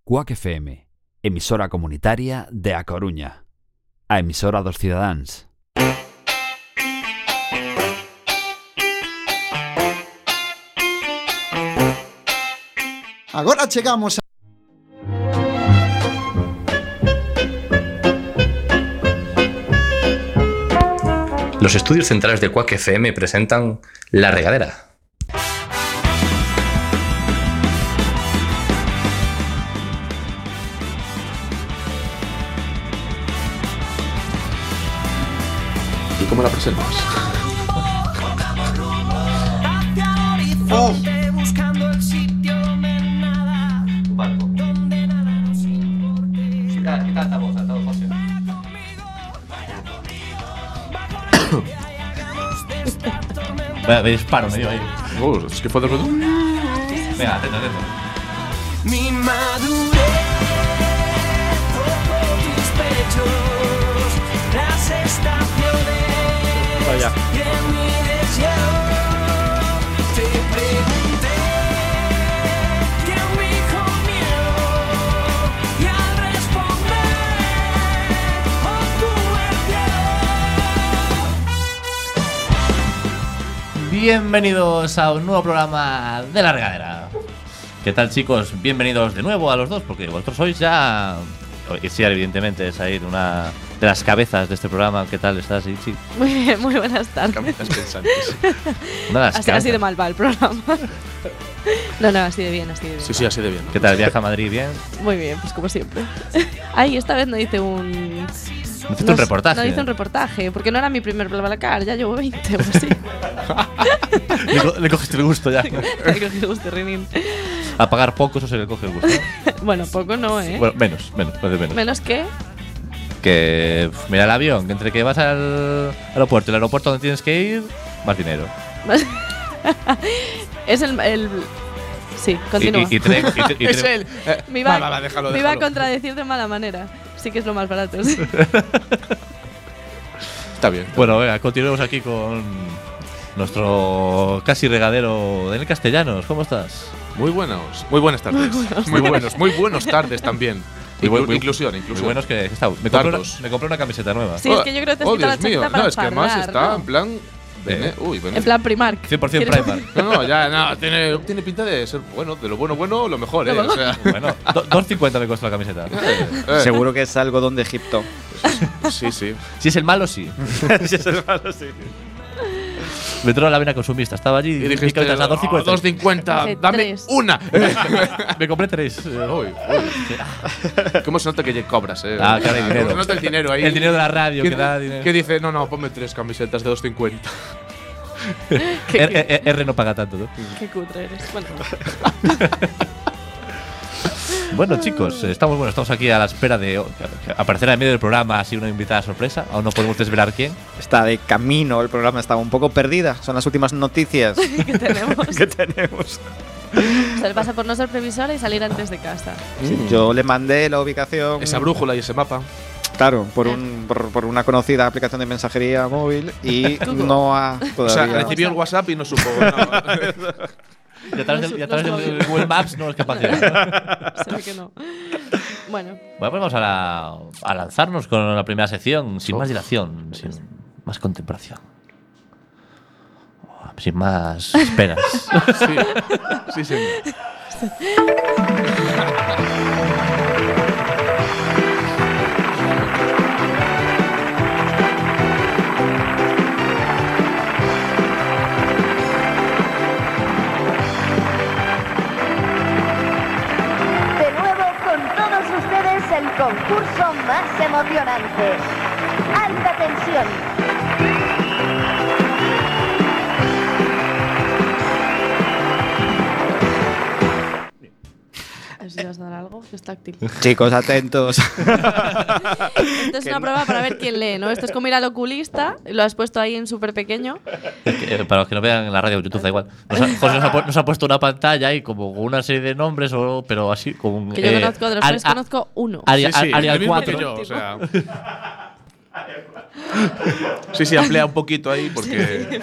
Cuac FM, emisora comunitaria de A Coruña. A emisora dos cidadáns. Agora chegamos a... Los estudios centrales de Cuac FM presentan La Regadera. ¿Y cómo la presentas? ¡Oh! Quita altavoz, José. Me disparo, me dio ahí. Es que fue de ruido. Venga, atento. Mi madurez tocó tus pechos, las estaciones Vaya. y en mi deseo te pregunté quién me dijo miedo y al responder obtuve el cielo. Bienvenidos a un nuevo programa de La Regadera. ¿Qué tal, chicos? Bienvenidos de nuevo a los dos, porque vosotros sois ya... Isiar, evidentemente, es ahí una de las cabezas de este programa. ¿Qué tal estás, Ichi? Muy bien, muy buenas tardes. Cabezas pensantes. Una de las Así cabezas. de mal va el programa. No, así de bien, así de bien. Sí, así de bien. ¿Qué tal? ¿Viaje a Madrid bien? Muy bien, pues como siempre. Ay, esta vez no hice un... Hiciste un reportaje. No hice un reportaje, porque no era mi primer BlaBlaCar, ya llevo 20, pues sí. Le cogiste el gusto ya. Creo que te guste, Renin. A pagar poco, eso se le coge el gusto. Bueno, poco no, ¿eh? Bueno, menos. Menos que... Que mira el avión, que entre que vas al aeropuerto y el aeropuerto donde tienes que ir, más dinero. Es el... Sí, continúa. Y tren. Es él. Me iba, Va, déjalo. me iba a contradecir de mala manera. Sí que es lo más barato, sí. Está bien. Bueno, venga, continuemos aquí con nuestro casi regadero Daniel Castellanos. ¿Cómo estás? Muy buenas tardes. Muy buenos tardes también. Inclusión. Muy bueno, es que me compré una camiseta nueva. Sí, es que yo creo que te has quitado la Dios mío. chaqueta para No, es que además fardar, está ¿no? en plan. En plan Primark. 100% ¿Quieres- Primark. No, tiene pinta de ser bueno, de lo bueno, lo mejor, Lo O sea, Bueno, 2,50 me costó la camiseta. Seguro que es algodón de Egipto. Sí. Si es el malo, sí. Si es el malo, sí. Me entró la vena consumista. Estaba allí Y dijiste, a 2,50. 2,50, dame Tres. una. Me compré 3. Uy. ¿Cómo se nota que ya cobras, Ah, claro, hay dinero. ¿Cómo se nota el dinero ahí? El dinero de la radio ¿Qué, que da dinero. ¿Qué dice? No, ponme 3 camisetas de 2,50. R no paga tanto, ¿no? Qué cutre eres. Bueno, Bueno, chicos, estamos aquí a la espera de que aparecerá en medio del programa así una invitada sorpresa. Aún no podemos desvelar quién. Está de camino, el programa estaba un poco perdida. Son las últimas noticias ¿qué tenemos? que tenemos. Se le pasa por no ser previsora y salir antes de casa. Sí, yo le mandé la ubicación. Esa brújula y ese mapa. Claro, por una conocida aplicación de mensajería móvil y no ha O sea, todavía. recibió el WhatsApp y no supo. No. Y a través del Google Maps no es capaz de llegar. Se ve que no. Bueno, Bueno, pues vamos a lanzarnos con la primera sección, sin más dilación, sin más contemplación. Sin más esperas. Sí, señor. De nuevo con todos ustedes el concurso más emocionante. Alta tensión. a ver si vas a dar algo, que es táctil. Chicos, atentos. Esto es una prueba para ver quién lee, ¿no? Esto es como ir al oculista, lo has puesto ahí en súper pequeño. Para los que no vean en la radio o YouTube, da igual. José nos ha puesto una pantalla y como con una serie de nombres, pero así con. Que yo conozco, de los tres conozco uno. Arial el mismo 4. que yo, o sea. Sí, amplía un poquito ahí porque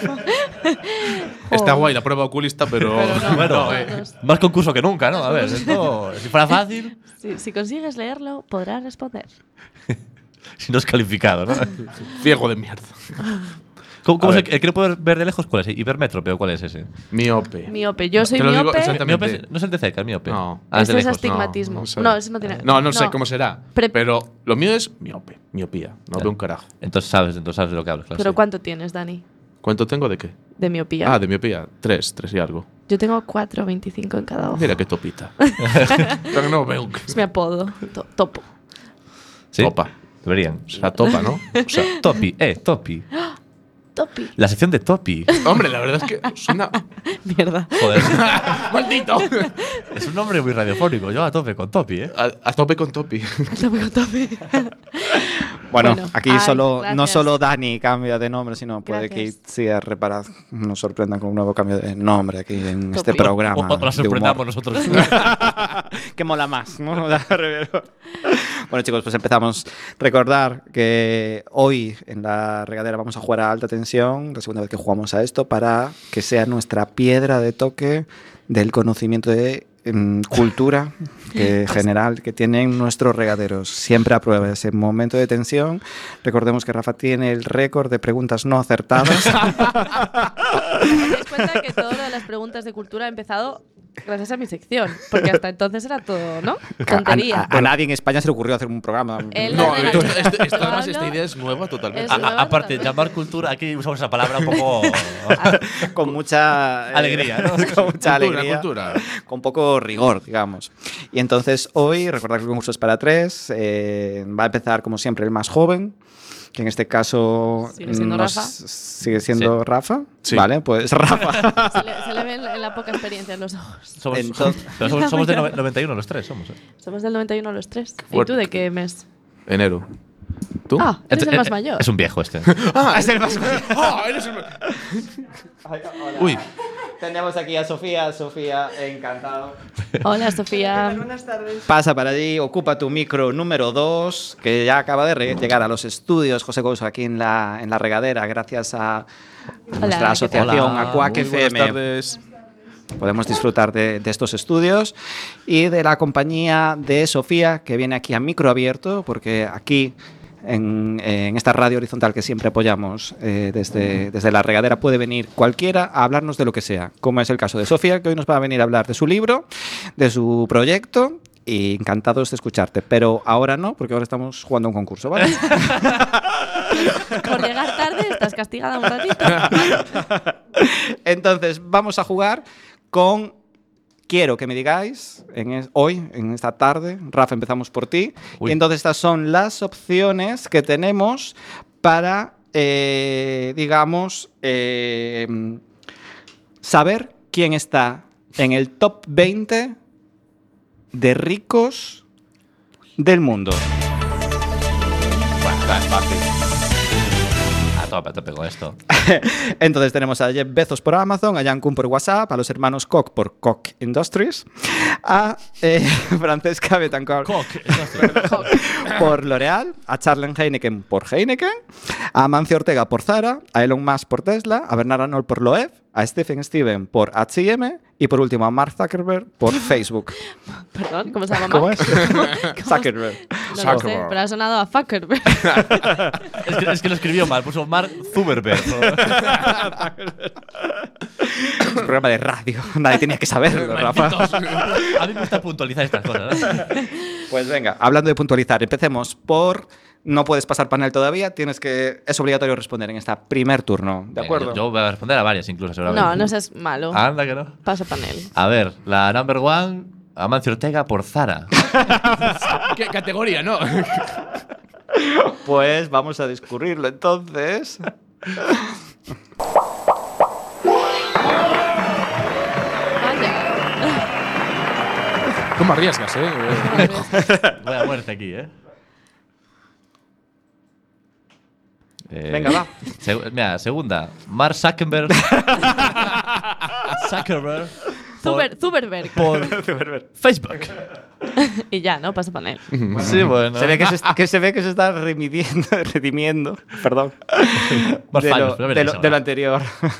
está guay la prueba oculista, pero no, Bueno, no. más concurso que nunca, ¿no? A ver, esto, si fuera fácil, Si consigues leerlo, podrás responder. si no es calificado, ¿no? ciego de mierda. ¿Cómo A es ver. el que no puede ver de lejos? ¿Cuál es? ¿Hipermétrope o cuál es ese? Miope. Miope. Yo soy Te lo digo miope. exactamente. Miope no es el de cerca, el miope. No. Ah, es de Ese es lejos. astigmatismo. No sé. No, ese no tiene. No sé cómo será. Pre- Pero lo mío es miopía. No veo un carajo. Entonces sabes de lo que hablas, claro. ¿Pero sí. cuánto tienes, Dani? ¿Cuánto tengo de qué? De miopía. Ah, de miopía. 3 y algo. Yo tengo 4,25 en cada ojo. Mira qué topita. Pero no veo. Es mi apodo. Topo. ¿Sí? Topa. Deberían. O sea, topa, ¿no? O sea, Topi, Topi. Topi. La sección de Topi. hombre, la verdad es que suena. Mierda. Joder, ¡Maldito! es un nombre muy radiofónico. Yo a tope con Topi, ¿eh? A tope con Topi. Topi. Bueno, Bueno, aquí ay, no gracias. solo Dani cambia de nombre, sino puede que Gracias. Itziar nos sorprendan con un nuevo cambio de nombre aquí en Topi. este programa. O la de sorprendamos humor. nosotros. Que mola más, ¿no? Bueno, chicos, pues empezamos. Recordar que hoy en la regadera vamos a jugar a alta tensión, la segunda vez que jugamos a esto, para que sea nuestra piedra de toque del conocimiento de cultura general que tienen nuestros regaderos. Siempre a prueba ese momento de tensión. Recordemos que Rafa tiene el récord de preguntas no acertadas. ¿Te das cuenta que todas las preguntas de cultura ha empezado gracias a mi sección? Porque hasta entonces era todo, ¿no? Tontería. A nadie en España se le ocurrió hacer un programa. Él No, la regaló. además Lo esta hablo- idea es nueva totalmente. Es nueva. Aparte, totalmente. llamar cultura, aquí usamos esa palabra un poco. Con mucha Alegría, ¿no? con mucha alegría. Cultura. Con poco rigor, digamos. Y entonces hoy, recordad que el concurso es para 3. Va a empezar, como siempre, el más joven, que en este caso Sigue siendo Rafa. sigue siendo Rafa. Sí. Vale, pues Rafa. Se le ve en la poca experiencia en los ojos. Somos de 91 los tres, somos. Somos del 91 los tres. ¿Y fuerte. tú de qué mes? Enero. ¿Tú? Ah, eres el más mayor. Es un viejo este. Ah, es el más. Eres el. Uy. Tenemos aquí a Sofía. Sofía, encantado. Hola, Sofía. Pasa para allí, ocupa tu micro número 2, que ya acaba de llegar a los estudios José Couso aquí en la regadera, gracias a nuestra ¿qué asociación, tal? a Quack Muy buenas FM. tardes. Podemos disfrutar de estos estudios y de la compañía de Sofía, que viene aquí a micro abierto, porque aquí en esta radio horizontal que siempre apoyamos desde la regadera puede venir cualquiera a hablarnos de lo que sea, como es el caso de Sofía, que hoy nos va a venir a hablar de su libro, de su proyecto. Y encantados de escucharte, pero ahora no, porque ahora estamos jugando a un concurso, ¿vale? Por llegar tarde estás castigada un ratito. Entonces, vamos a jugar con... Quiero que me digáis hoy, en esta tarde, Rafa, empezamos por ti. Uy. Y entonces estas son las opciones que tenemos para, digamos, saber quién está en el top 20 de ricos del mundo. Bueno, es fácil. A tope con esto. Entonces tenemos a Jeff Bezos por Amazon, a Jan Kuhn por WhatsApp, a los hermanos Koch por Koch Industries, a Francesca Betancourt por L'Oreal, a Charles Heineken por Heineken, a Amancio Ortega por Zara, a Elon Musk por Tesla, a Bernard Arnault por Loewe, a Stephen Steven por H&M y por último a Mark Zuckerberg por Facebook. Perdón, ¿cómo se llama? ¿Cómo Mark? es? Zuckerberg. No lo sé, pero ha sonado a fucker. Es que lo escribió mal, puso Mark Zuckerberg. Es un programa de radio, nadie tenía que saberlo, Rafa. A mí me gusta puntualizar estas cosas, ¿no? Pues venga, hablando de puntualizar, empecemos por... No puedes pasar panel todavía, es obligatorio responder en este primer turno, ¿de acuerdo? Yo voy a responder a varias incluso, seguramente. No, no seas malo. Anda que no. Pasa panel. A ver, la number one, Amancio Ortega por Zara. ¿Qué categoría, no? Pues vamos a discurrirlo entonces. Vaya. ¿Cómo arriesgas, Voy a muerte aquí, ¿eh? Venga, va. Mira, segunda, Mark Zuckerberg. Zuckerberg Zuckerberg. por Facebook. Y ya, ¿no? Pasa panel. Sí, bueno. Se ve que se está redimiendo, perdón, Más de, fallos, lo, pero de, veréis lo, de lo ahora. anterior.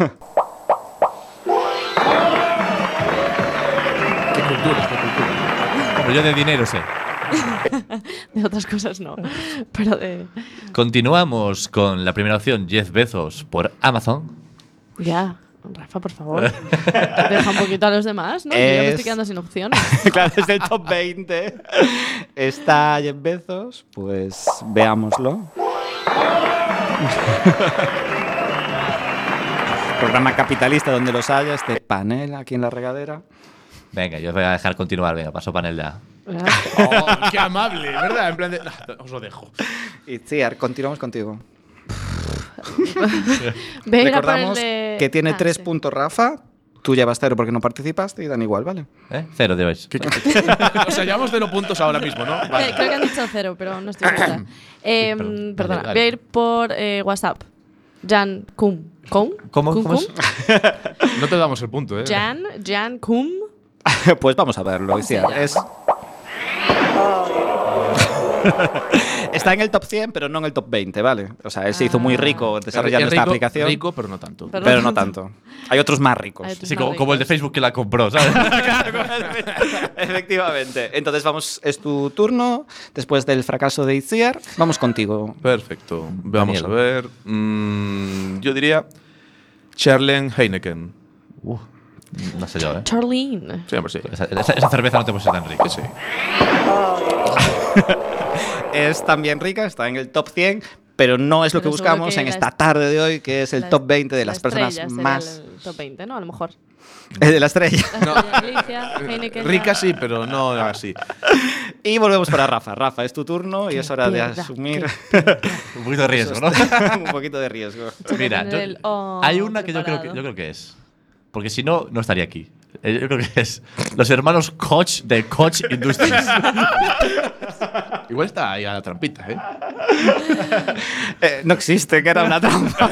Qué cultura, qué cultura. Hombre, yo de dinero sé. De otras cosas no. Pero de. Continuamos con la primera opción, Jeff Bezos por Amazon. Ya. Rafa, por favor. Deja un poquito a los demás, ¿no? Yo ya me estoy quedando sin opciones. Claro, es del top 20. Está Jeff Bezos, pues veámoslo. Programa capitalista donde los haya, este panel aquí en la regadera. Venga, yo os voy a dejar continuar. Venga, paso panel ya. Oh, qué amable, ¿verdad? En plan de. Os lo dejo. Y sí, continuamos contigo. Ve a ir a por el Recordamos de- que tiene 3 sí. puntos Rafa, tú llevas 0 porque no participaste y dan igual, ¿vale? Cero de hoy. O sea, llevamos 0 puntos ahora mismo, ¿no? Vale. Creo que han dicho 0, pero no estoy segura. Perdón. Perdona, Vale, vale. voy a ir por WhatsApp. Jan Kum. ¿Cómo? ¿Cómo es? No te damos el punto, ¿eh? Jan Kum. Pues vamos a verlo. se Iciar. llama? Está en el top 100, pero no en el top 20, ¿vale? O sea, él se hizo muy rico desarrollando Es esta rico, aplicación, rico, pero no tanto. pero no tanto. Hay otros más ricos. Hay otros Sí, más como el de ricos. Facebook que la compró, ¿sabes? Efectivamente. Entonces vamos, es tu turno. Después del fracaso de Itziar, vamos contigo. Perfecto. Vamos Daniel. a ver. Yo diría Charlene Heineken. No sé yo, ¿eh? Charlene. Sí, hombre, sí. Esa cerveza no te puede ser tan rica. Sí. Es también rica, está en el top 100, pero no es lo que Pero seguro buscamos que en la esta est- tarde de hoy, que es el La- top 20 de la las personas estrella sería más... el top 20, ¿no? A lo mejor. de la estrella. La estrella de Alicia, Heineken. Rica sí, pero no así. Y volvemos para Rafa. Rafa, es tu turno y es hora de piedra, asumir Un poquito de riesgo, ¿no? un poquito de riesgo. Mira, tener el hay una que yo preparado. creo que es. Porque si no, no estaría aquí. Yo creo que es los hermanos Koch de Koch Industries. Igual está ahí a la trampita, ¿eh? No existe, que era una trampa.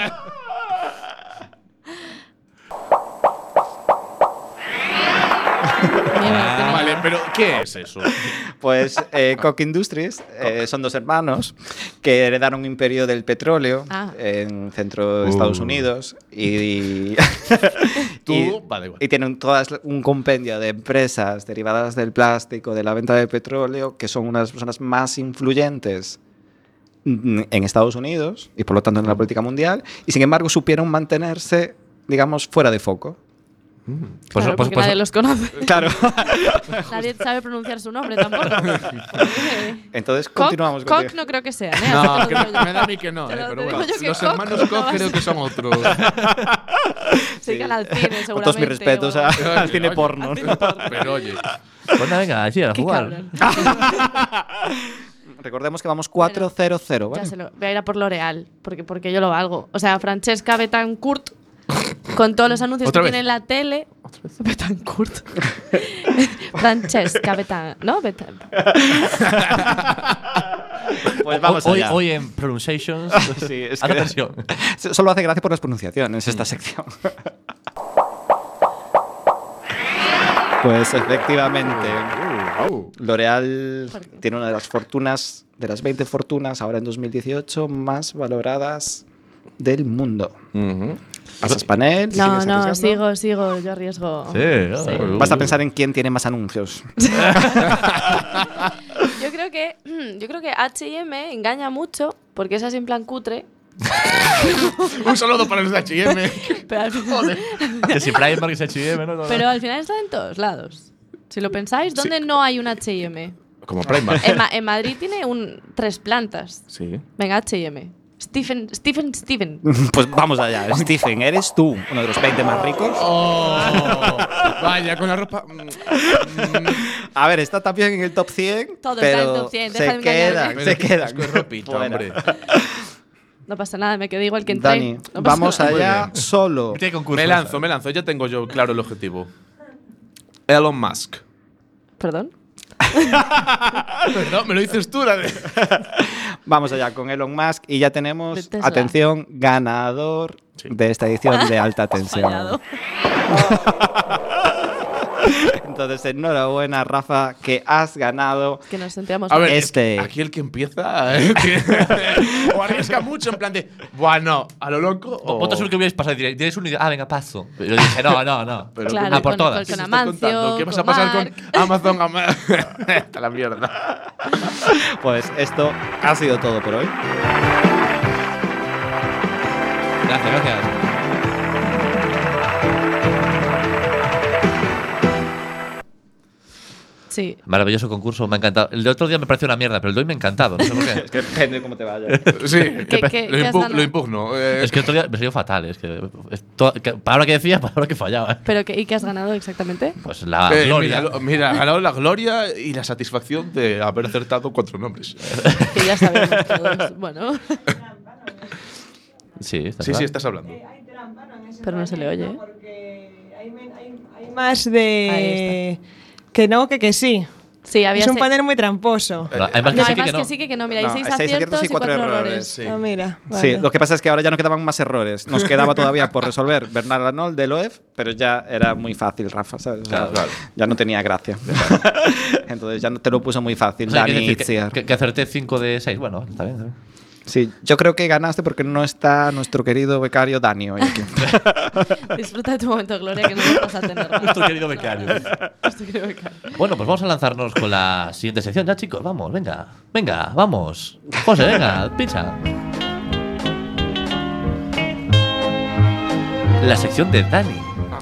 Mira, tenía- Vale, pero ¿qué es eso? Pues Koch Industries son dos hermanos que heredaron un imperio del petróleo Ah. en centro de Estados Unidos y, Tú, vale, igual. y tienen todas un compendio de empresas derivadas del plástico, de la venta de petróleo, que son una de las personas más influyentes en Estados Unidos y por lo tanto en la política mundial, y sin embargo supieron mantenerse, digamos, fuera de foco. Claro, porque nadie los conoce. Claro. Nadie sabe pronunciar su nombre tampoco. Entonces Koch- continuamos Koch contigo. no creo que sea. ¿eh? No, Así te lo que digo yo. me da a mí que no, Te lo pero digo bueno. yo que Los Koch hermanos no Koch va a creo que ser. son otros. Se dedican al cine, seguramente. Con todos mis respetos o- al cine porno. Pero oye, Pues nada, venga, allí a Qué jugar. cabrón. Recordemos que vamos 4-0-0, ¿vale? Ya se lo, voy a ir a por L'Oreal, porque yo lo valgo. O sea, Francesca Betancourt, con todos los anuncios ¿Otra que vez? tiene en la tele. Betancourt. Francesca ¿no? Pues vamos hoy, allá. hoy en Pronunciations. Sí, es haz que- atención. Solo hace gracia por las pronunciaciones esta sección. Pues efectivamente, L'Oreal tiene una de las fortunas, de las 20 fortunas ahora en 2018 más valoradas del mundo. ¿Pasas panel? No, ¿Sigues no, arriesgando? sigo, yo arriesgo. Basta pensar en quién tiene más anuncios. Yo creo que H&M engaña mucho, porque es así en plan cutre. un saludo para los de H&M. Pero al final, Que si Primark es H&M, ¿no? pero al final está en todos lados. Si lo pensáis, ¿dónde no hay un H&M? Como Primark. En Madrid tiene 3 plantas. Sí. Venga, H&M. Stephen. Pues vamos allá. Stephen, ¿eres tú uno de los 20 más ricos? Oh, vaya, con la ropa. A ver, está también en el top 100, Todo está en el pero top 100, deja se de engañarme. quedan, se quedan. Es que ropita, fuera. hombre. No pasa nada, me quedé igual que entré. Dani, No pasa vamos nada. allá solo. Tiene concurso. Me lanzo. Ya tengo yo claro el objetivo. Elon Musk. ¿Perdón? Perdón, me lo dices tú, la de. Vamos allá con Elon Musk y ya tenemos, De Tesla. atención, ganador de esta edición de Alta Tensión. Fallado. Entonces, enhorabuena, Rafa, que has ganado. Que nos sentíamos A ver, Este- aquí el que empieza o arriesga mucho en plan de, bueno, a lo loco. O… Vosotros seguro que hubierais pasado y diréis uno y ah, venga, paso. Pero yo dije, no. Pero Claro, ¿cómo? por con, todas. con ¿Qué Amancio, estás contando? ¿Qué vas a con pasar Marc. con Amazon? Hasta la mierda. Pues esto ha sido todo por hoy. Gracias. Sí. Maravilloso concurso, me ha encantado. El de otro día me pareció una mierda, pero el de hoy me ha encantado. No sé por qué. Es que depende de cómo te vaya. Sí, ¿Qué has ganado? lo impugno. Es que el otro día me salió fatal. Es que, palabra que decía, palabra que fallaba. ¿Y qué has ganado exactamente? Pues la gloria. Mira, ha ganado la gloria y la satisfacción de haber acertado 4 nombres. Que ya sabemos todos. Bueno, Sí, está Sí, claro. estás hablando. pero no se le oye. ¿eh? Porque hay más Ahí de que no que sí. Sí, había Es un se- panel muy tramposo. No, hay más No, que hay sí más que no. que sí que no. Mira, hay No, 6 hay 6 aciertos y 4 errores. Sí. Ah, mira. Sí, vale. lo que pasa es que ahora ya no quedaban más errores. Nos quedaba todavía por resolver Bernard Arnault de Loef, pero ya era muy fácil, Rafa, ¿sabes? O sea, Claro. ya no tenía gracia. Entonces ya no te lo puso muy fácil, O sea, quiero Dani decir Itziar. que acerté 5 de 6. Bueno, está bien. Sí, yo creo que ganaste porque no está nuestro querido becario Dani hoy aquí. Disfruta de tu momento, Gloria, que no lo vas a tener. Nuestro querido becario. Nuestro querido becario. Bueno, pues vamos a lanzarnos con la siguiente sección ya, chicos. Vamos, venga. Venga, vamos. José, venga, pincha. La sección de Dani.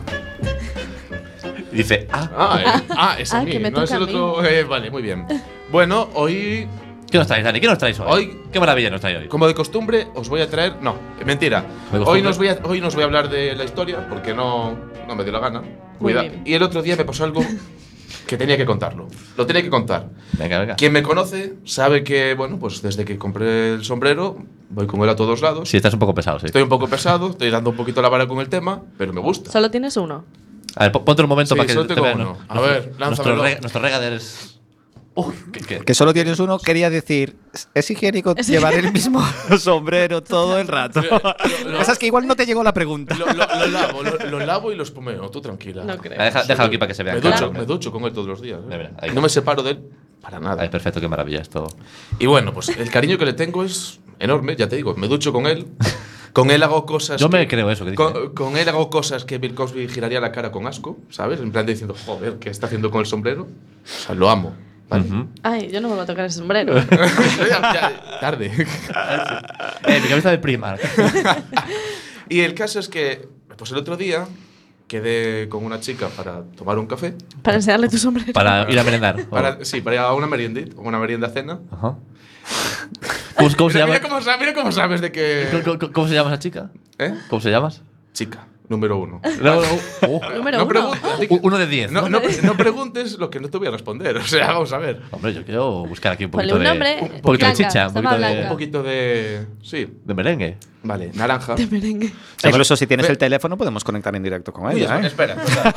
Dice, Es a Ah, mí, que me no es toca el a mí. otro. Vale, muy bien. Bueno, hoy, ¿qué nos traes, Dani? ¿Qué nos traes hoy? Hoy- ¿Qué maravilla nos traes hoy? como de costumbre, os voy a traer. No, mentira. ¿De costumbre? Hoy no os voy a hablar de la historia porque no me dio la gana. Muy Cuida. bien. Y el otro día me pasó algo que tenía que contarlo. Lo tenía que contar. Venga. Quien me conoce sabe que, bueno, pues desde que compré el sombrero, voy con él a todos lados. Sí, estás un poco pesado, sí. Estoy un poco pesado, estoy dando un poquito la vara con el tema, pero me gusta. Solo tienes uno. A ver, ponte un momento Sí, para que solo te tengo vean. uno. A ver, lánzamelo. Nuestro regader es. ¿Qué? Que solo tienes uno, quería decir, es higiénico llevar el mismo sombrero todo el rato. Lo que pasa es que igual no te llegó la pregunta. Lo lavo y lo espumeo, tú tranquila. No creo. Déjalo aquí para que se vea. Me ducho con él todos los días. Mira, ahí. No me separo de él para nada. Ay, perfecto, qué maravilla esto. Y bueno, pues el cariño que le tengo es enorme, ya te digo, me ducho con él. Con él hago cosas. Yo me creo eso que dice. Con él hago cosas que Bill Cosby giraría la cara con asco, ¿sabes? En plan de diciendo, joder, ¿qué está haciendo con el sombrero? O sea, lo amo. ¿vale? Ujú. Ay, yo no vuelvo a tocar ese sombrero. Ya, tarde. Mi cabeza de prima. Y el caso es que, pues el otro día quedé con una chica para tomar un café. Para enseñarle tu sombrero. Para ir a merendar. Sí, para ir a una merienda cena. Ajá. ¿Cómo se llama? Mira cómo sabes de que. ¿Cómo se llama esa chica? ¿Eh? ¿Cómo se llamas? Chica, número 1. Número No uno. preguntes. 1 de 10. No preguntes lo que no te voy a responder. O sea, vamos a ver. Hombre, yo quiero buscar aquí un Ponle poquito un de. nombre. Un poquito de Blanca, chicha, un se llama poquito de. Blanca. Un poquito de. Sí. De merengue. Vale, naranja. Merengue. Incluso si tienes el teléfono podemos conectar en directo con Uy, ella. ¿eh? espera.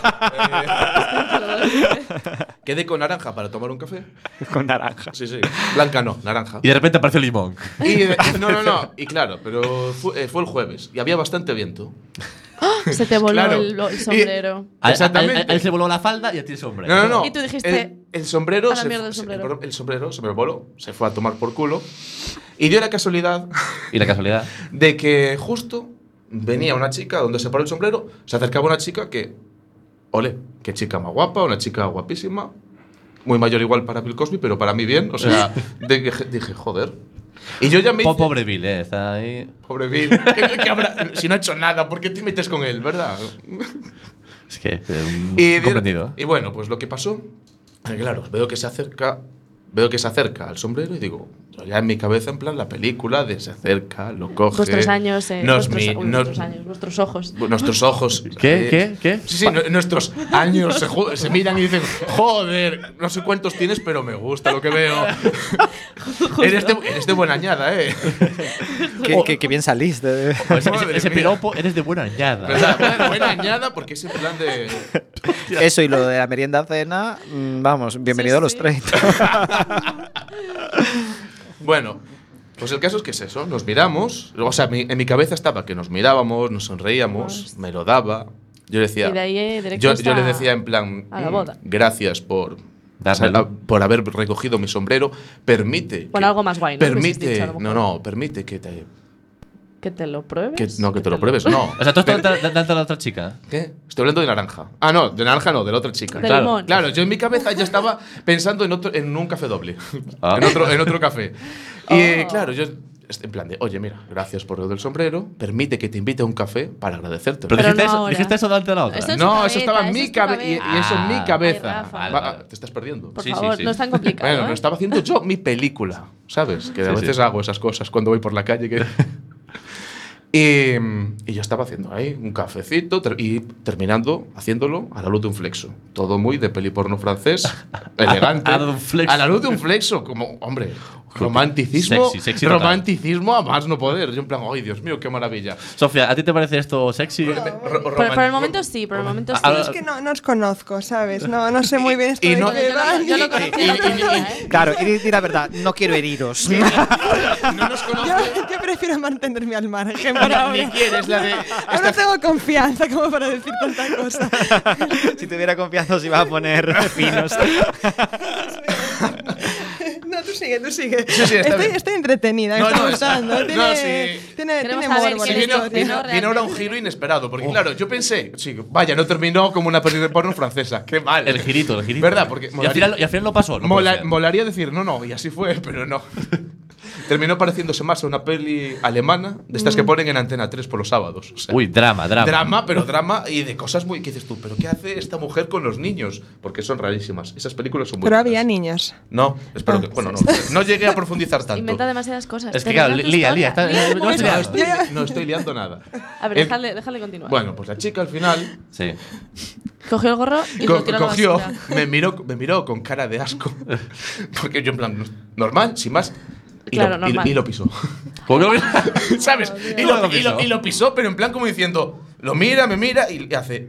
Quedé con naranja para tomar un café. Con naranja. Sí, sí. Blanca no, naranja. Y de repente apareció el limón. No. Y claro, pero fue el jueves y había bastante viento. Se te voló Claro. el sombrero. Exactamente. A él se voló la falda y a ti el sombrero. No. Y tú dijiste, El sombrero. a la mierda el sombrero. El sombrero se me voló, se fue a tomar por culo. Y dio la casualidad Y la casualidad. de que justo venía una chica donde se paró el sombrero, se acercaba una chica que. Ole, qué chica más guapa, una chica guapísima. Muy mayor igual para Bill Cosby, pero para mí bien. O sea, dije, joder. Y yo ya me hice. Pobre Bill, está ahí. Pobre Bill. ¿Qué habrá? Si no ha hecho nada, ¿por qué te metes con él, verdad? Es que. Y, comprendido. y bueno, pues lo que pasó, claro, veo que se acerca al sombrero y digo, yo ya en mi cabeza, en plan, la película de se acerca, lo coge. Vuestros años, vuestros ojos. Nuestros ojos. ¿Qué? Sí, nuestros años se miran y dicen, joder, no sé cuántos tienes, pero me gusta lo que veo. eres de buena añada, ¿eh? Qué bien saliste. Pues Madre ese mía. piropo eres de buena añada. Buena añada porque es en plan de. Eso y lo de la merienda cena, vamos, bienvenido Sí, a los sí. 30. Bueno, pues el caso es que es eso, nos miramos, o sea, en mi cabeza estaba que nos mirábamos, nos sonreíamos, me lo daba, Yo le decía. Y de ahí directo yo le decía en plan. a la boda. Gracias por. Dármelo. Por haber recogido mi sombrero. Permite. Bueno, algo más guay, ¿no? Hubieses Permite. dicho, a lo mejor. No, permite que te. Que te lo pruebes. Que te lo pruebes, no. O sea, tú estás delante de la otra chica. ¿Qué? Estoy hablando de naranja. Ah, no, de naranja no, de la otra chica. De Claro. limón. Claro, yo en mi cabeza ya estaba pensando en un café doble. Ah. en otro café. Y Oh. claro, yo en plan de, oye, mira, gracias por lo del sombrero, permite que te invite a un café para agradecerte. Pero, Pero dijiste, no eso, ahora. dijiste eso delante de la otra. Eso es su No, cabeza, eso estaba en eso mi es tu cabeza. Y eso en mi Ah. cabeza. Ay, Rafa. Vale. Te estás perdiendo. Por Sí, favor, sí, sí. no es tan complicado. Bueno, ¿eh? no estaba haciendo yo mi película, ¿sabes? Que a Sí, veces sí. hago esas cosas cuando voy por la calle. Y yo estaba haciendo ahí un cafecito y terminando haciéndolo a la luz de un flexo. Todo muy de peli porno francés, elegante. A la luz de un flexo. A la luz de un flexo, como, hombre, romanticismo. Sexy total. romanticismo a más no poder. Yo en plan, ay, Dios mío, qué maravilla. Sofía, ¿a ti te parece esto sexy? Por el momento sí, por el momento sí. Ah, Es que no os conozco, ¿sabes? No sé muy bien esto y de no- que van. Yo lo conocí la persona, ¿eh? Claro, y la verdad, no quiero heriros. No nos conoce. Yo prefiero mantenerme al margen por ahora. Ni quieres la de. Yo no tengo confianza como para decir tanta cosa. Si tuviera confianza os iba a poner finos. No, tú sigue, tú sigue. Sí, sí, está bien. Estoy entretenida, me No, está no, gustando. no, Tiene, sí. tiene Queremos morbo saber la qué Sí, eres historia. tú, ¿no? viene ahora un Realmente. giro inesperado. Porque, claro, yo pensé, sí, vaya, no terminó como una peli de porno francesa. Qué mal. El girito, el girito. ¿Verdad? Porque y, al final no pasó. No puede ser. molaría decir, no, y así fue, pero no. Terminó pareciéndose más a una peli alemana, de estas que ponen en Antena 3 por los sábados. O sea, Uy, drama. pero drama y de cosas muy. ¿Qué dices tú? ¿Pero qué hace esta mujer con los niños? Porque son rarísimas. Esas películas son muy Pero raras. había niños. No, espero que. Bueno, no llegué a profundizar tanto. Inventa demasiadas cosas. Es que, Termina claro, tu lía, historia. está- Lía no mucho. estoy liando. No estoy liando nada. A ver, El- déjale continuar. Bueno, pues la chica al final Sí. Cogió el gorro y lo tiró a la cogió, basura. me miró con cara de asco. Porque yo, en plan, normal, sin más. Y, Claro, lo, y- normal. y lo pisó. ¿Cómo que- ¿Sabes? Y ¿Cómo lo, lo y lo- pisó? y lo pisó, pero en plan como diciendo, lo mira, me mira y hace.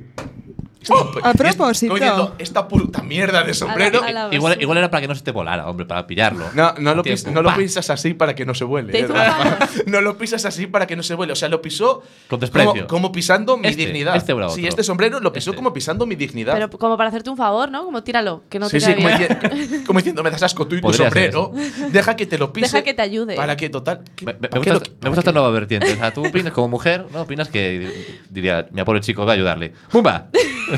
A propósito. Como diciendo, esta puta mierda de sombrero. A la Igual, basura. igual era para que no se te volara, hombre, para pillarlo. No lo, A tiempo. no lo ¡Pah! pisas así para que no se vuele. Te hizo Rafa. una mano. No lo pisas así para que no se vuele. O sea, lo pisó Con desprecio. como pisando mi Este, dignidad. este era Sí, otro. este sombrero lo pisó Este. como pisando mi dignidad. Pero como para hacerte un favor, ¿no? Como tíralo, que no sí, te sí, queda como, bien. como diciendo, me das asco tú y tu Podría ser sombrero. Deja que te lo pise. Deja que te ayude. Para que, total. Me ¿para gusta, qué lo- me gusta esta nueva vertiente. O sea, tú opinas como mujer, ¿no? Opinas que diría, mi pobre chico, voy a ayudarle. ¡Pumba!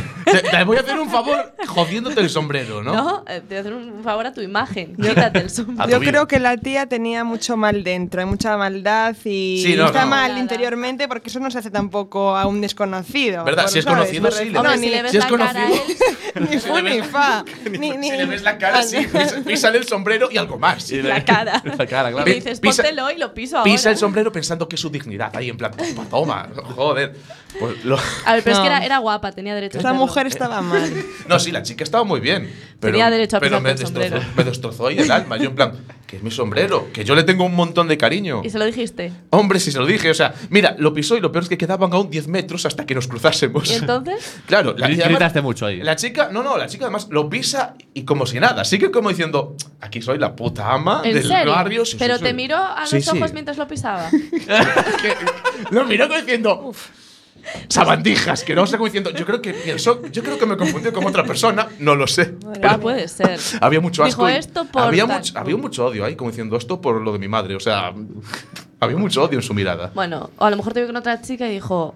Te voy a hacer un favor jodiéndote el sombrero, ¿no? No, te voy a hacer un favor a tu imagen. Quítate el sombrero. A tu Yo vida. creo que la tía tenía mucho mal dentro, hay mucha maldad y Sí, no, está no. mal Nada. interiormente porque eso no se hace tampoco a un desconocido. ¿Verdad? Por- Si es ¿sabes? conocido, Me sí, refiero- Hombre, no, si ni- le ves si es la cara a conocido- él, ni fu ni fa. Ni, Si le ves la cara, sí, písale el sombrero y algo más. la cara. La cara, claro. Y le dices, Pisa- póntelo y lo piso Pisa ahora. el sombrero pensando que es su dignidad. Ahí en plan, toma, joder. Pues A ver, pero es que No. era guapa, tenía derecho a Esa hacerlo. mujer estaba mal. no, sí, la chica estaba muy bien. Pero, Tenía derecho a pero pisarte el sombrero. me destrozó ahí el alma. Yo en plan, que es mi sombrero, que yo le tengo un montón de cariño. Y se lo dijiste. Hombre, si se lo dije, o sea, mira, lo pisó y lo peor es que quedaban aún 10 metros hasta que nos cruzásemos. ¿Y entonces? Claro, y además- Gritaste mucho ahí. La chica, la chica además lo pisa y como si nada. Sigue como diciendo, aquí soy la puta ama ¿En del serio? barrio. Sí, Pero sí, te sí. miró a los Sí, sí. ojos mientras lo pisaba. Que lo miró como diciendo, sabandijas, que no sé como diciendo, yo creo que me confundió con otra persona, no lo sé. Ah, puede ser. Había mucho asco. Dijo y esto por había tal. mucho, había mucho odio ahí, como diciendo esto por lo de mi madre. O sea, había mucho odio en su mirada. Bueno, o a lo mejor te vio con otra chica y dijo,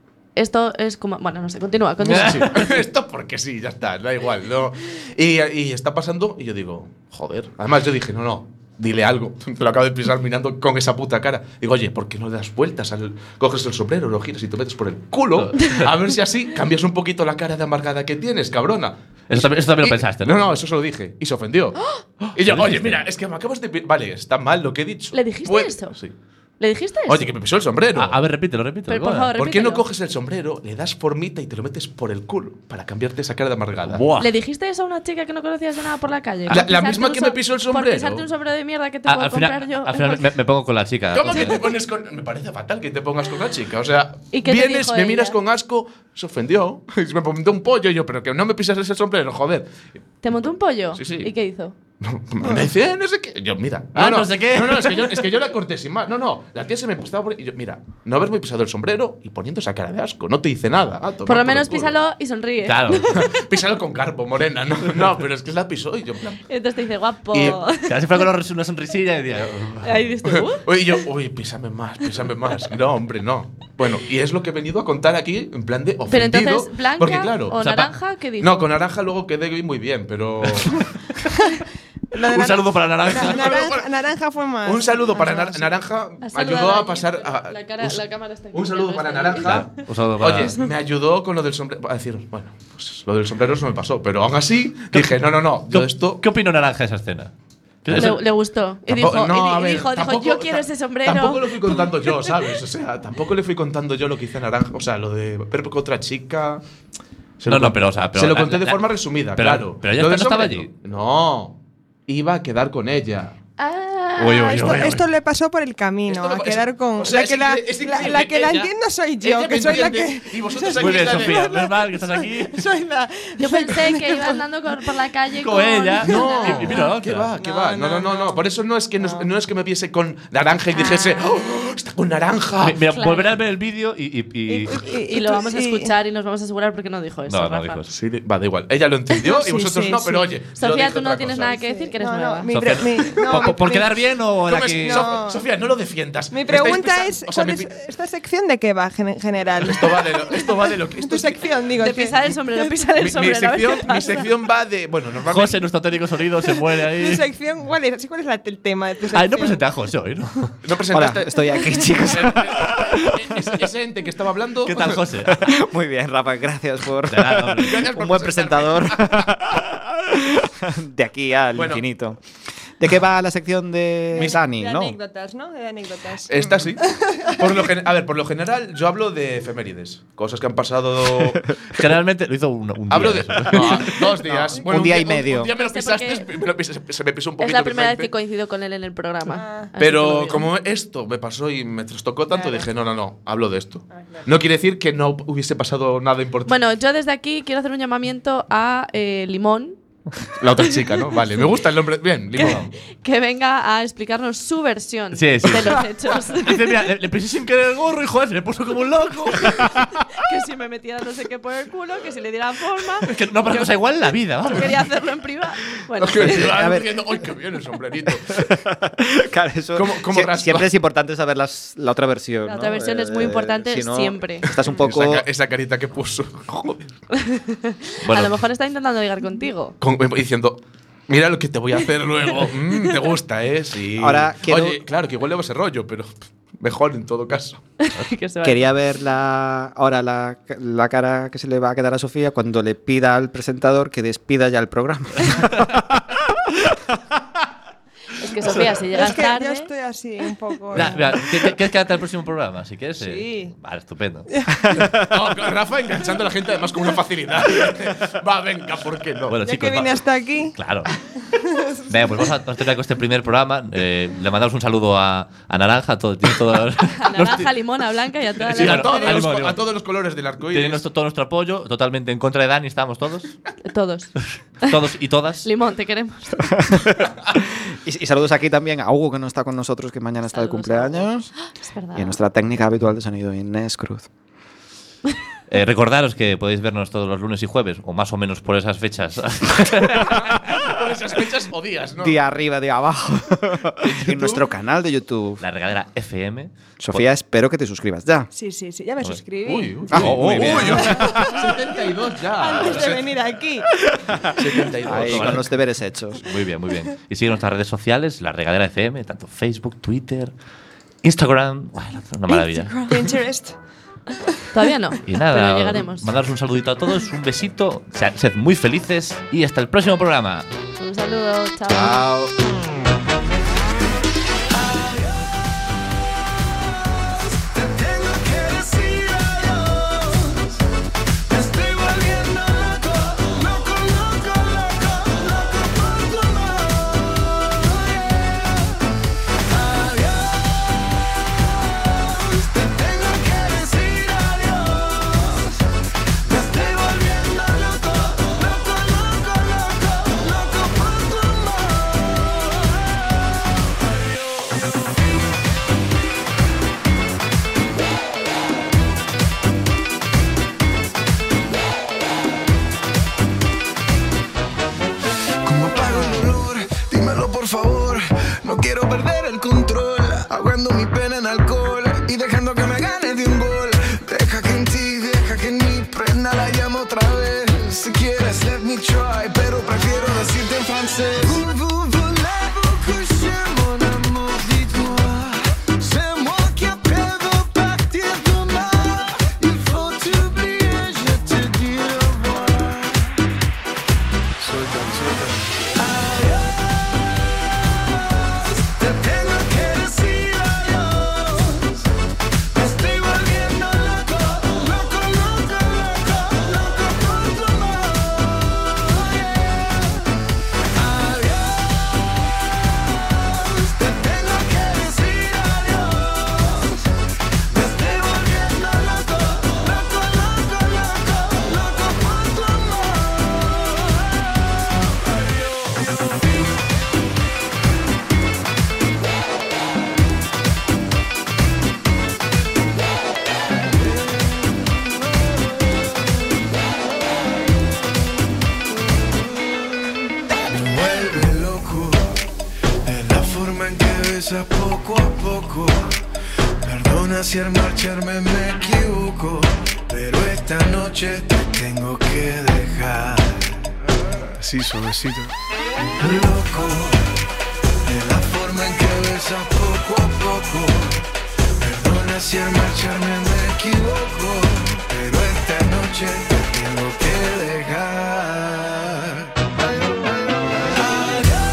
esto es como… Bueno, no sé, continúa. Sí, esto porque sí, ya está, da igual. ¿No? Y está pasando y yo digo, joder. Además yo dije, no, dile algo. Te lo acabo de pisar mirando con esa puta cara. Digo, oye, ¿por qué no le das vueltas? Coges el sombrero, lo giras y te metes por el culo. A ver si así cambias un poquito la cara de amargada que tienes, cabrona. Eso también lo Y- pensaste, ¿no? No, eso se lo dije. Y se ofendió. Y yo, ¿Lo oye, dijiste? mira, es que me acabas de… Vale, está mal lo que he dicho. ¿Le dijiste Pues- eso? Sí. ¿Le dijiste eso? Oye, que me pisó el sombrero. A ver, repítelo. Pero, por favor, ¿Por qué no repítelo. coges el sombrero, le das formita y te lo metes por el culo para cambiarte esa cara de amargada? Buah. ¿Le dijiste eso a una chica que no conocías de nada por la calle? La- Por la pisarte misma un que me pisó el sombrero. Por pisarte un sombrero de mierda que te puedo Al comprar final, yo. al final me pongo con la chica. ¿Cómo que entonces. te pones con.? Me parece fatal que te pongas con una chica. O sea, ¿Y qué te vienes, dijo me ella? miras con asco, se ofendió. Y me montó un pollo y yo, pero que no me pisas ese sombrero, joder. ¿Te montó un pollo? Sí, sí. ¿Y qué hizo? Me dice, no sé qué. Yo, mira. no sé qué. No, es que yo la corté sin más. No, la tía se me estaba poniendo. Y yo, mira, no haber muy pisado el sombrero y poniendo esa cara de asco. No te dice nada. Por lo menos písalo y sonríe. Claro. Písalo con carpo, morena. No, pero es que la pisó y yo, en plan. Entonces te dice, guapo. Y- Casi fue con una sonrisilla y decía. Ahí dices, Y yo, písame más. No, hombre, no. Bueno, y es lo que he venido a contar aquí, en plan de ofendido. Pero entonces, ¿blanca porque, claro, o naranja? ¿Qué dijo? No, con naranja luego quedé muy bien, pero. Lo de Un saludo para Naranja. Naranja fue más. Un saludo para más- Naranja. Has Ayudó saludado a pasar. La cámara está aquí. Un saludo para Naranja. Un saludo para- Oye, me ayudó con lo del sombrero. A decir, bueno, pues lo del sombrero no me pasó, pero aún así dije, no, yo esto. ¿Qué opinó Naranja de esa escena? Le gustó. Y dijo, dijo, tampoco- yo quiero ese sombrero. Tampoco lo fui contando yo, ¿sabes? O sea, tampoco le fui contando yo lo que hice Naranja. O sea, lo de ver con otra chica. Se lo No, con- pero, o sea, pero se lo la- conté de la- forma resumida, pero- claro. pero ella Lo no del estaba sombrero, allí. No. Iba a quedar con ella. Ah, Uy, uy, Esto, uy, uy. esto le pasó por el camino, Esto a me- quedar con. o sea, la que, es increíble. la que la Ella- entiendo soy yo, ella me que soy la que. entiende, y vosotros aquí Muy bien, la de- Sofía. Menos mal que estás aquí. Soy la. yo pensé que iba andando por la calle Con ella. No, Y mira la ¿qué otra. va? ¿Qué va? No. Por eso no es que no es que me viese con Naranja y dijese, ¡oh, está con Naranja! Mira, Claro. volveré a ver el vídeo y Y lo vamos a escuchar y nos vamos a asegurar porque no dijo eso. No, no Rafa. dijo eso. Sí, va, da igual. Ella lo entendió y Sí, vosotros sí, no, sí. pero oye. Sofía, tú no tienes nada que decir, que eres nueva. Sofía, ¿por quedar bien o era que.? Sofía, no lo defiendas. Mi Me estáis pregunta pisando- es: o sea, ¿cuál me es pi- esta sección de qué va en general? Esto va de lo que. Tu sección, digo. De que- pisar el sombrero, pisar el Mi sombrero. a ver qué sección, mi pasa. sección va de. Bueno, normalmente. José, nuestro técnico sonido, se muere Tu ahí. sección, ¿cuál es el tema de tu sección? Ay, no presenté a José hoy, ¿no? No Hola, presentaste. estoy aquí, chicos. Ese ente que estaba hablando. ¿Qué tal, José? Muy bien, Rafa, gracias por De nada, hombre. Gracias por un buen presentarme. presentador. De aquí al Bueno. infinito. ¿De qué va la sección de Dani, De no? anécdotas, ¿no? De anécdotas. Esta sí. A ver, por lo general, yo hablo de efemérides. Cosas que han pasado. Generalmente lo hizo un día. Hablo de. eso. No, 2 días. un día y medio. Un día me lo Sé pisaste, por se me pisó un poquito. Es la primera vez de que coincido con él en el programa. Así que lo Pero digo. como esto me pasó y me trastocó tanto, Claro. dije, no, hablo de esto. No quiere decir que no hubiese pasado nada importante. Bueno, yo desde aquí quiero hacer un llamamiento a Limón, La otra chica, ¿no? Vale, me gusta el nombre. Bien, Limón. que venga a explicarnos su versión Sí, sí. de los hechos. Dice, mira, le pisé sin querer el gorro y joder, se me puso como un loco. Que si me metiera no sé qué por el culo, que si le diera forma. Es que no pasa cosa igual en la vida, vamos. Quería hacerlo en privado. Bueno, Que me iba A ver. diciendo, ¡ay, qué bien el sombrerito! Claro, eso ¿Cómo raspa? siempre es importante saber la otra versión. La ¿no? otra versión es muy importante si no, siempre. Estás un poco. Esa carita que puso. Joder. a lo mejor está intentando ligar contigo. Diciendo, mira lo que te voy a hacer luego. Te gusta, ¿eh? Sí. Ahora quiero- Oye, claro, que igual le va ese rollo, pero mejor en todo caso. Que se va. Quería ver ahora la cara que se le va a quedar a Sofía cuando le pida al presentador que despida ya el programa. Es que Sofía, si llegas Es que tarde. yo estoy así un poco. Mira, ¿quieres quedarte al próximo programa? Si quieres. Sí. Vale, estupendo. No, Rafa enganchando a la gente además con una facilidad. Va, venga, ¿por qué no? Bueno, Ya chicos. que vine hasta aquí. Claro. Venga, pues vamos a terminar con este primer programa. Le mandamos un saludo a Naranja, tiene todo, A naranja, limón, a blanca y a todas Sí, las. claro. Limón. A todos los colores del arco tiene iris. todo nuestro apoyo, totalmente en contra de Dani, estamos todos. Todos. Todos y todas. Limón, te queremos. Y saludos aquí también a Hugo, que no está con nosotros, que mañana está de Saludos, cumpleaños. Es verdad. Y a nuestra técnica habitual de sonido, Inés Cruz. Recordaros que podéis vernos todos los lunes y jueves, o más o menos por esas fechas. Por esas fechas o días, ¿no? Día arriba, día abajo. En nuestro canal de YouTube. La Regadera FM. Sofía, espero que te suscribas ya. Sí, ya me suscribí. Uy, muy bien. 72 ya. Antes de venir aquí. 72. Ahí, con los deberes hechos. Muy bien, muy bien. Y sigue nuestras redes sociales, La Regadera FM, tanto Facebook, Twitter, Instagram. Bueno, una maravilla. Pinterest. Todavía no. Y nada, Pero llegaremos. mandaros un saludito a todos, un besito, sed muy felices y hasta el próximo programa. Un saludo. Chao. Chao. Te tengo que decir adiós. Me estoy volviendo loco, loco, loco, loco, loco por tu amor. Adiós. Te tengo que decir adiós. Me estoy volviendo loco, loco, loco, loco, loco por tu amor. favor. No quiero perder el control, ahogando mi pena en alcohol y dejando que me gane de un gol. Deja que en ti, deja que en mí prenda la llama otra vez. Si quieres, let me try, pero prefiero decirte en francés. Voulez-vous coucher mon amour, dis-toi. C'est moi qui appelle de partir demain. Il faut t'oublier, je te dis au revoir. Te tengo que decir adiós. Me estoy volviendo loco, loco, loco, loco, loco por tu amor. Adiós. Te tengo que decir adiós. Me estoy volviendo loco, loco, loco, loco, loco por tu amor. Me vuelve loco de la forma en que besas poco a poco. Perdona si al marcharme me equivoco, pero esta noche te tengo que dejar. Así suavecito. Loco de la forma en que besas poco a poco. Perdona si al marcharme me equivoco, pero esta noche te tengo que dejar. Adiós,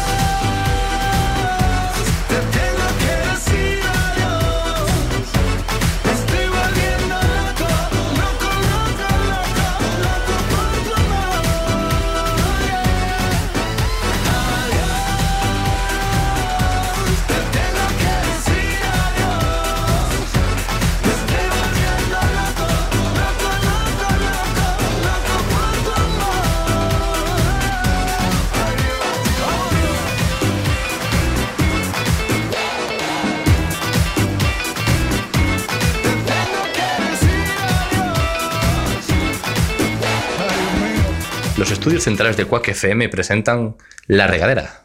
te tengo que decir adiós. Me estoy volviendo loco, loco, loco, loco, loco por tu amor. Adiós, te tengo que decir adiós. Me estoy volviendo loco, loco, loco, loco, loco por tu amor. Los estudios centrales de Quack FM presentan La Regadera.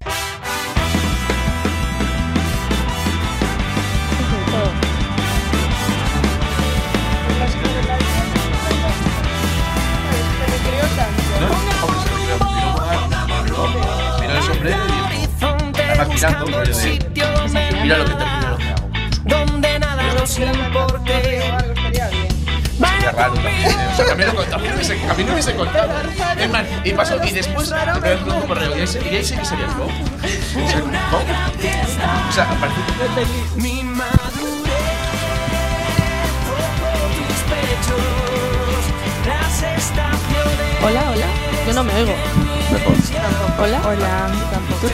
Mira el sombrero y además mirando un rollo de mira lo que termino lo que hago. Donde nada nos importe. Sería raro también, ¿eh? O sea, que a mí no me hubiese contado. Es más, y pasó, y después te voy a enviar un correo y ahí sí que sería el Bob. O sea, aparte Mi madurez por tus pechos, las estaciones. Hola, hola. Yo no me oigo. mejor. Hola. Hola. Tampoco.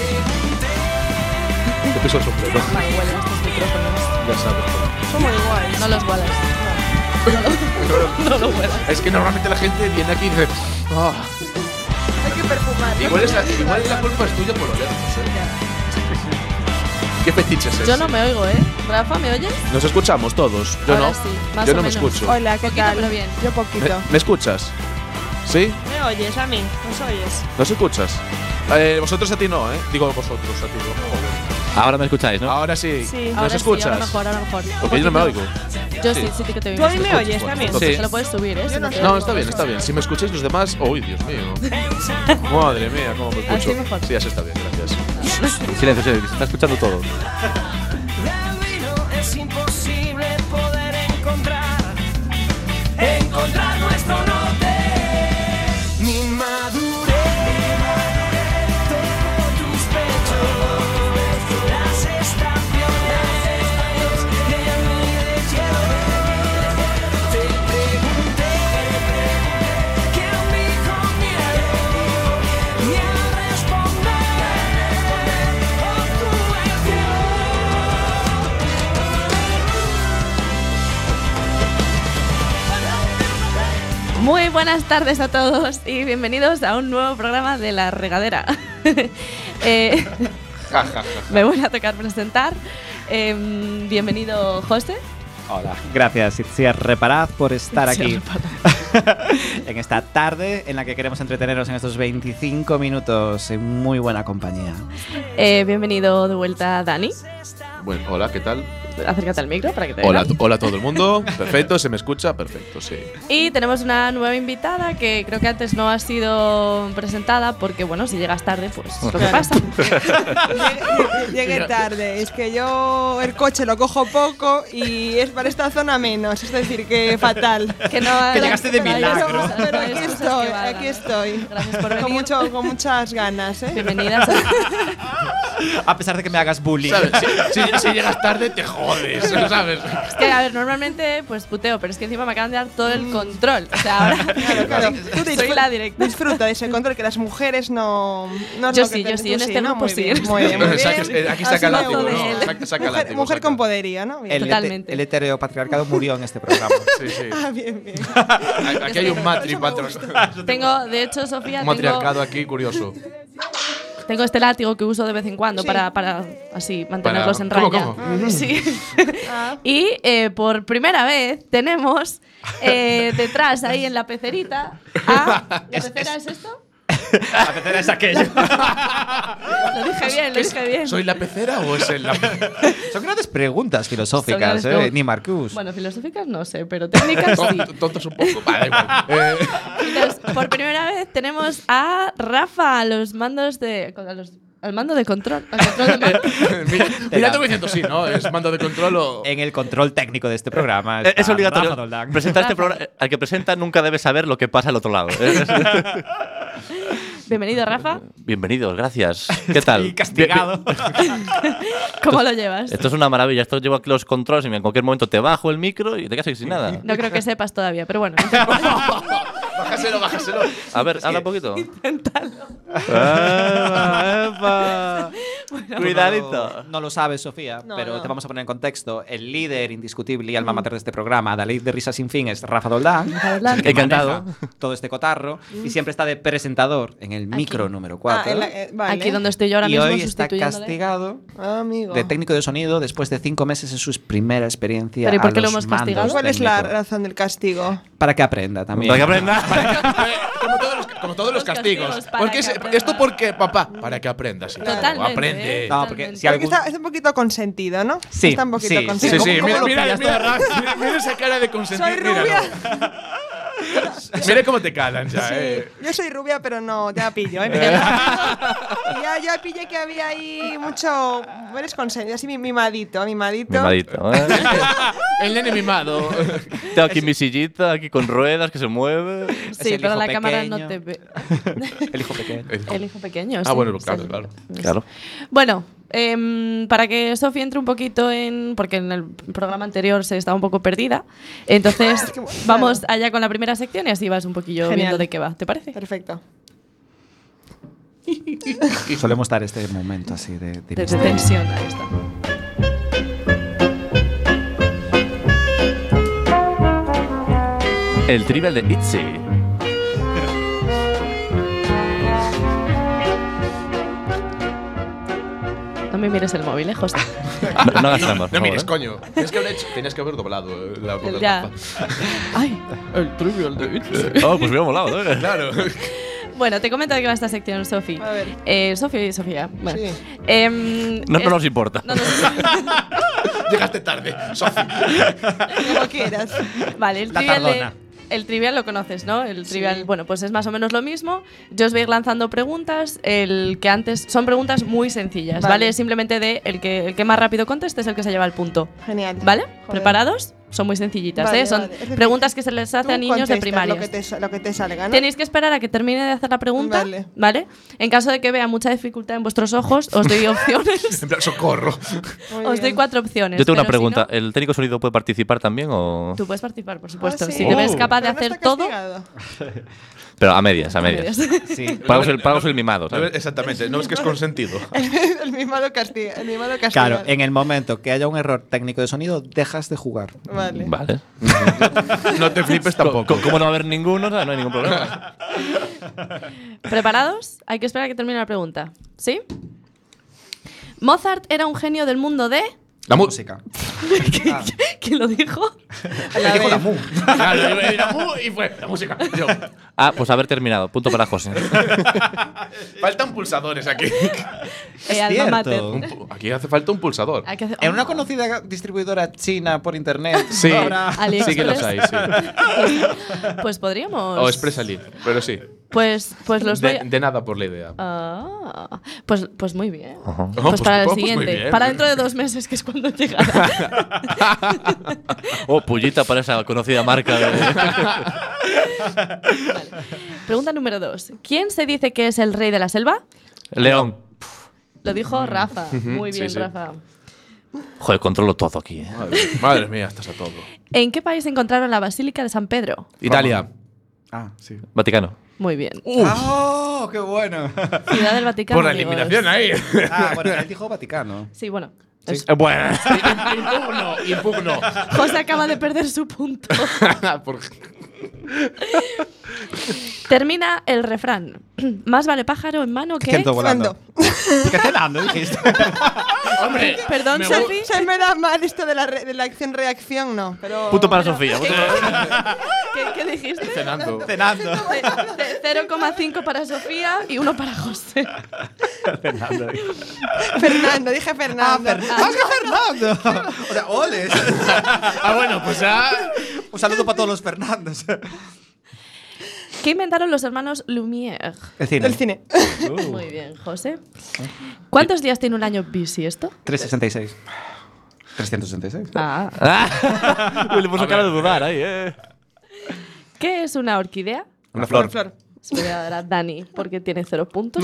Te piso el sombrero. Mal huelen estos micrófonos. Ya sabes. Son muy iguales. No los huelas. No lo huelas. Es que normalmente la gente viene aquí y dice, "Ah". Hay que perfumar. Igual la culpa es tuya por oler, no sé. ¿Qué fetiches es? Yo no me oigo, ¿eh? Rafa, ¿me oyes? Nos escuchamos todos. Yo Ahora no. sí, más Yo o no me menos. escucho. Hola, ¿qué Poquito, tal? pero bien. Yo poquito. ¿Me escuchas? ¿Sí? ¿Me oyes a mí? ¿Nos oyes? ¿Nos escuchas? Vosotros a ti no, ¿eh? Digo vosotros a ti no. Joder. Ahora me escucháis, ¿no? Ahora sí. Sí. ¿Nos Ahora escuchas? Sí, ahora mejor. Porque yo no me oigo. Yo sí que te oigo. ¿Tú a mí me oyes también? Sí. Se lo puedes subir, ¿eh? Si no te No, oigo. está bien. Si me escucháis los demás. ¡Uy, Dios mío! Madre mía, cómo me escucho. Así mejor. Sí, así está bien, gracias. Silencio, se está escuchando todo. Del vino es imposible poder encontrar nuestro norte. Mi madurez toco tus pechos, las estaciones de mi deshielo. Te pregunté qué me conviene y al responder obtuve el cielo. Muy buenas tardes a todos y bienvenidos a un nuevo programa de La Regadera. Me voy a tocar presentar. Bienvenido, José. Hola, gracias, Itziar Reparad, por estar Sí, aquí. repara. en esta tarde en la que queremos entreteneros en estos 25 minutos en muy buena compañía. Bienvenido de vuelta, Dani. Bueno, hola, ¿qué tal? Acércate al micro para que te Hola, vean. hola a todo el mundo. Perfecto, ¿se me escucha? Perfecto, sí. Y tenemos una nueva invitada que creo que antes no ha sido presentada porque, bueno, si llegas tarde, pues es lo que pasa. Llegué tarde. Es que yo el coche lo cojo poco y es para esta zona menos. Es decir, que fatal. Que no Que llegaste de pero hay milagro. excusas, Pero no hay aquí excusas estoy, que valgan. aquí estoy. Gracias por venir. Con muchas ganas, ¿eh? Bienvenidas. A pesar de que me hagas bullying. ¿Sabes? Si llegas tarde, te jodes, ¿sabes? Es que, a ver, normalmente pues puteo, pero es que encima me acaban de dar todo el control. O sea, ahora Claro. Tú soy la directa. disfruta de ese control que las mujeres no es Yo lo sí, que yo sí, en tú este ¿no? grupo Muy sí. bien, muy bien, muy bien. Aquí saca el látigo, de ¿no? él. Saca el látigo. Mujer saca. con poderío, ¿no? Bien. Totalmente. El heteropatriarcado murió en este programa. Sí, sí. Ah, bien, bien. Aquí hay un Tengo, de hecho, Sofía, matriarcado aquí, curioso. tengo este látigo que uso de vez en cuando Sí. para así mantenerlos en ¿Cómo, raya. cómo? Sí. Ah. Y por primera vez tenemos detrás ahí en la pecerita ¿La pecera es esto? La pecera es aquello. Lo dije bien, lo dije bien. ¿Soy la pecera o es el la Son grandes preguntas Son filosóficas, grandes preguntas. ni Marcus. Bueno, filosóficas no sé, pero técnicas sí. Tontos un poco. Vale, igual. Entonces, por primera vez tenemos a Rafa a los mandos de. Al mando de control. Al control de mando. Mira, te voy diciendo sí, ¿no? Es mando de control o. En el control técnico de este programa. Es está obligatorio. Rafa Doldán. Presentar este Rafa. programa. Al que presenta nunca debe saber lo que pasa al otro lado. Bienvenido, Rafa. Bienvenidos, gracias. ¿Qué tal? Y castigado. ¿Cómo lo llevas? Esto es una maravilla. Esto llevo aquí los controles y en cualquier momento te bajo el micro y te quedas sin nada. No creo que sepas todavía, pero bueno. Bájaselo, bájaselo. A ver, habla un poquito. Inténtalo. ¡Epa! Cuidadito. No lo sabes, Sofía, No, pero no. te vamos a poner en contexto. El líder indiscutible y alma mater de este programa, la ley de risas sin fin, es Rafa Doldán. Doldán. que Encantado. maneja todo este cotarro y siempre está de presentador en el micro número 4. Vale. Aquí donde estoy yo ahora y mismo hoy está sustituyéndole. castigado Ah, amigo. de técnico de sonido después de 5 meses en su primera experiencia. ¿Pero y por a qué lo los hemos mandos castigado? ¿Cuál es la técnicos. razón del castigo? Para que aprenda también. Para que aprenda. Como todos los castigos. castigos para Porque que aprenda. ¿Esto por qué, papá? Para que aprendas. hijo. Totalmente. Aprende. No, porque si Porque algún- está un poquito consentido, ¿no? Sí, Está un poquito sí, consentido. sí, sí. Mira, ¿Cómo lo mira, pillas mira, todo el mira, mira esa cara de consentir. Soy rubia. Mira cómo te calan ya, Sí, yo soy rubia, pero no, ya pillo, ¿eh? Ya pillé que había ahí mucho. Eres consentido, así mimadito. Mimadito. El nene mimado. Tengo aquí mi sillita, aquí con ruedas que se mueve. Sí, el pero hijo la cámara no pequeño. te ve. El hijo pequeño. El hijo pequeño. Ah, sí, bueno, sí. claro, claro. Claro. Bueno, para que Sofía entre un poquito en. Porque en el programa anterior se estaba un poco perdida. Entonces, vamos allá con la primera sección y así vas un poquillo Genial. viendo de qué va. ¿Te parece? Perfecto. Solemos dar este momento así de Desde misterio. tensión, ahí está. El trivial de Itzy. No me mires el móvil, José. No hagas trampas, No por mires, favor, coño. Tenías que haber doblado la voz del Ya. Rafa. Ay. El trivial de Oh, pues me hubiera molado, ¿eh? Claro. Bueno, te comento de qué va esta sección, Sofi. A ver. Sofía y Sofía. Bueno. Sí. No nos importa. No nos- Llegaste tarde, Sofi. Como quieras. Vale, el La trivial, tardona. el trivial lo conoces, ¿no? El trivial, Sí. bueno, pues es más o menos lo mismo. Yo os voy a ir lanzando preguntas. El que antes son preguntas muy sencillas, ¿vale? Vale. Simplemente de el que más rápido conteste es el que se lleva el punto. Genial. ¿Vale? Joder. ¿Preparados? Son muy sencillitas, Vale, ¿eh? Son vale. Es decir, preguntas que se les hace Tú a niños de contestas primaria. Lo que te salga, ¿no? Tenéis que esperar a que termine de hacer la pregunta, Vale. ¿vale? En caso de que vea mucha dificultad en vuestros ojos, os doy opciones. En plan, socorro. Muy Os bien. doy 4 opciones. Yo tengo una pero si pregunta. no, ¿El técnico de sonido puede participar también o...? tú puedes participar, por supuesto. Ah, sí. Si te ves capaz de Pero no hacer está todo. castigado. Pero a medias, a medias. Sí. Pagos el mimado, ¿sabes? Exactamente, no es que es consentido. El mimado castiga. El mimado castiga. Claro, en el momento que haya un error técnico de sonido, dejas de jugar. Vale. Vale. No te flipes tampoco. ¿Cómo no va a haber ninguno? O sea, no hay ningún problema. ¿Preparados? Hay que esperar a que termine la pregunta. ¿Sí? Mozart era un genio del mundo de. La música. ¿Quién lo dijo? Él dijo la mu. Claro, yo me la mu y fue la música. Yo. Pues haber terminado. Punto para José. Faltan pulsadores aquí. Alma mater. cierto. Aquí hace falta un pulsador. Hay que hacer- En una conocida distribuidora china por internet. Sí, habrá- sí que los hay, sí. Pues podríamos. O Expressalí, pero sí. Pues los voy a... De nada por la idea. Pues muy bien. Oh, Pues para el pues muy siguiente. bien. Para dentro de 2 meses, que es cuando llegará. Pullita para esa conocida marca. Pregunta número 2. ¿Quién se dice que es el rey de la selva? León. Lo dijo Rafa. Muy bien, sí. Rafa. Joder, controlo todo aquí. Madre mía, estás a todo. ¿En qué país encontraron la Basílica de San Pedro? Italia. Ah, sí. Vaticano. Muy bien. ¡Oh, qué bueno! Ciudad del Vaticano. Por la amigos. eliminación ahí. Ah, bueno, él dijo Vaticano. Sí, bueno. Bueno. Impugno. José acaba de perder su punto. Por- Termina el refrán. Más vale pájaro en mano que... Ciento volando. ¿Qué cenando dijiste? Hombre, Perdón, me Sofi. Se me da mal esto de la acción-reacción, no. Pero. Punto para Sofía. ¿Qué dijiste? cenando. Cenando. 0,5 para Sofía y 1 para José. Fernando, dije Fernando. ¡Ah, que Fernando! O sea, oles. Bueno, pues ya. Un saludo para todos los Fernandos. ¿Qué inventaron los hermanos Lumière? El cine. El cine. Muy bien, José. ¿Cuántos días tiene un año bisiesto? 366. 366. Le puso cara de dudar ahí, ¿Qué es una orquídea? Una flor. Se lo voy a dar a Dani porque tiene 0 puntos.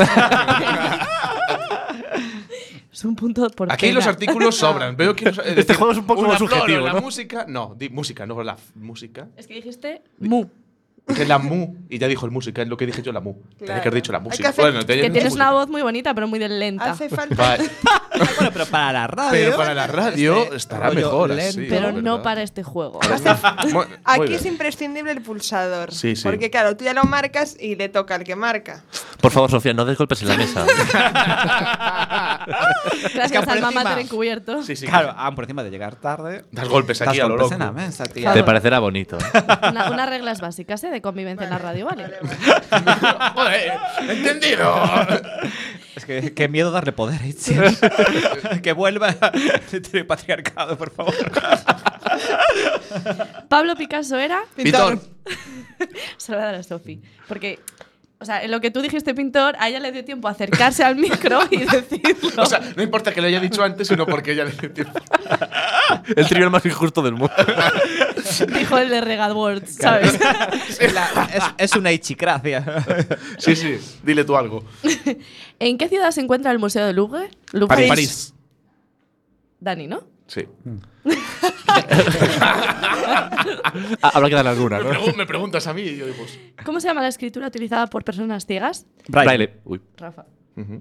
Es un punto por Aquí pena. los artículos sobran. Veo que Este juego es un poco una más flor, subjetivo, La ¿no? música, no, música, no la música. Es que dijiste mu. Dije la mu y ya dijo el música, es lo que dije yo la mu. Tenía que haber dicho la que música. hacer- Bueno, Que tienes una voz muy bonita, pero muy lenta. Hace falta. Vale. Bueno, pero para la radio. Pero para la radio estará rollo mejor lento. así. Pero ¿verdad? no para este juego. Muy Aquí bien. es imprescindible el pulsador. Sí, sí. Porque, claro, tú ya lo marcas y le toca al que marca. Por favor, Sofía, no des golpes en la mesa. Gracias por al encima- Mater encubierto. Sí, sí. Claro, por encima de llegar tarde. Das golpes aquí a lo golpes loco. en la mesa, tía. Te parecerá bonito. Unas reglas básicas de convivencia en la radio, ¿vale? Joder, entendido. Es que qué miedo darle poder a Itziar. Que vuelva el patriarcado, por favor. Pablo Picasso era. Pintor. Se lo voy a dar a Sofi. Porque, o sea, en lo que tú dijiste pintor, a ella le dio tiempo a acercarse al micro y decirlo. O sea, no importa que lo haya dicho antes, sino porque ella le dio tiempo. El trío más injusto del mundo. Dijo el de Regal Words, ¿sabes? Es una ichicracia. Sí, sí, dile tú algo. ¿En qué ciudad se encuentra el Museo de Louvre? París. Dani, ¿no? Sí. Habrá que darle alguna, ¿no? Me preguntas a mí y yo digo, pues. ¿Cómo se llama la escritura utilizada por personas ciegas? Braille. Uy. Rafa. Ujú.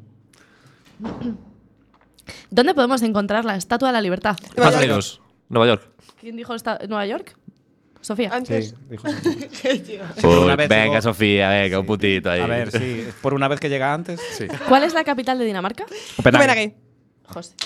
¿Dónde podemos encontrar la Estatua de la Libertad? Estados Unidos. Nueva York. ¿Quién dijo Nueva York? Sofía. Antes. Sí, dijo. Uy, una vez venga, llegó- Sofía, venga, un puntito ahí. A ver, sí. Por una vez que llega antes. Sí. ¿Cuál es la capital de Dinamarca? Copenhague. José.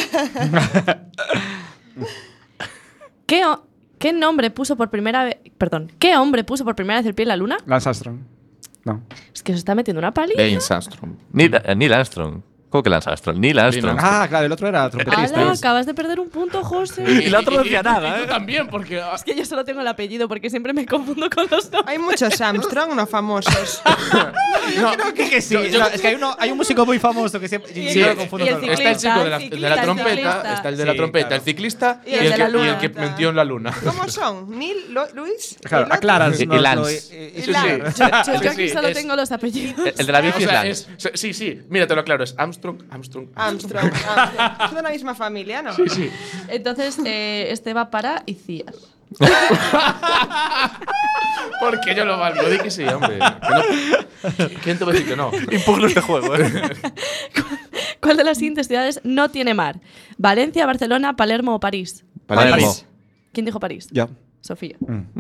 ¿Qué nombre puso por primera vez? Perdón. ¿Qué hombre puso por primera vez el pie en la luna? Lance Armstrong. No. Es que se está metiendo una pali. Lance Armstrong. Neil Armstrong. ¿Cómo que Lance Armstrong? Neil Armstrong. Ah, claro, el otro era trompetista. ¡Hala! Acabas de perder un punto, José. Y la otra no decía nada, Y ¿eh? tú también, porque. Es que yo solo tengo el apellido porque siempre me confundo con los nombres. Hay muchos Armstrong, no famosos. No, creo que sí. No, es que hay un músico muy famoso que siempre. Y yo el- lo confundo y el todo. Está el chico de la ciclista, trompeta, ciclista. está el de la Sí, trompeta, claro. el ciclista Y el de la y luna. el que metió en la luna. ¿Cómo son? ¿Neil? ¿Luis? Claro, ¿El otro? aclaras. Y Lance. Y Lance. Yo aquí sí, solo es- tengo los apellidos. El de la bici O es sea, Lance. sí, míratelo claro, es Armstrong. Armstrong. Son de la misma familia, ¿no? Sí, sí. Entonces, este va para Icíar. Porque yo lo valgo, di que sí, hombre. Que no- ¿Quién te va a decir que no? Impugno este juego, ¿eh? ¿Cuál de las siguientes ciudades no tiene mar? ¿Valencia, Barcelona, Palermo o París? Palermo. ¿Quién dijo París? Ya. Sofía.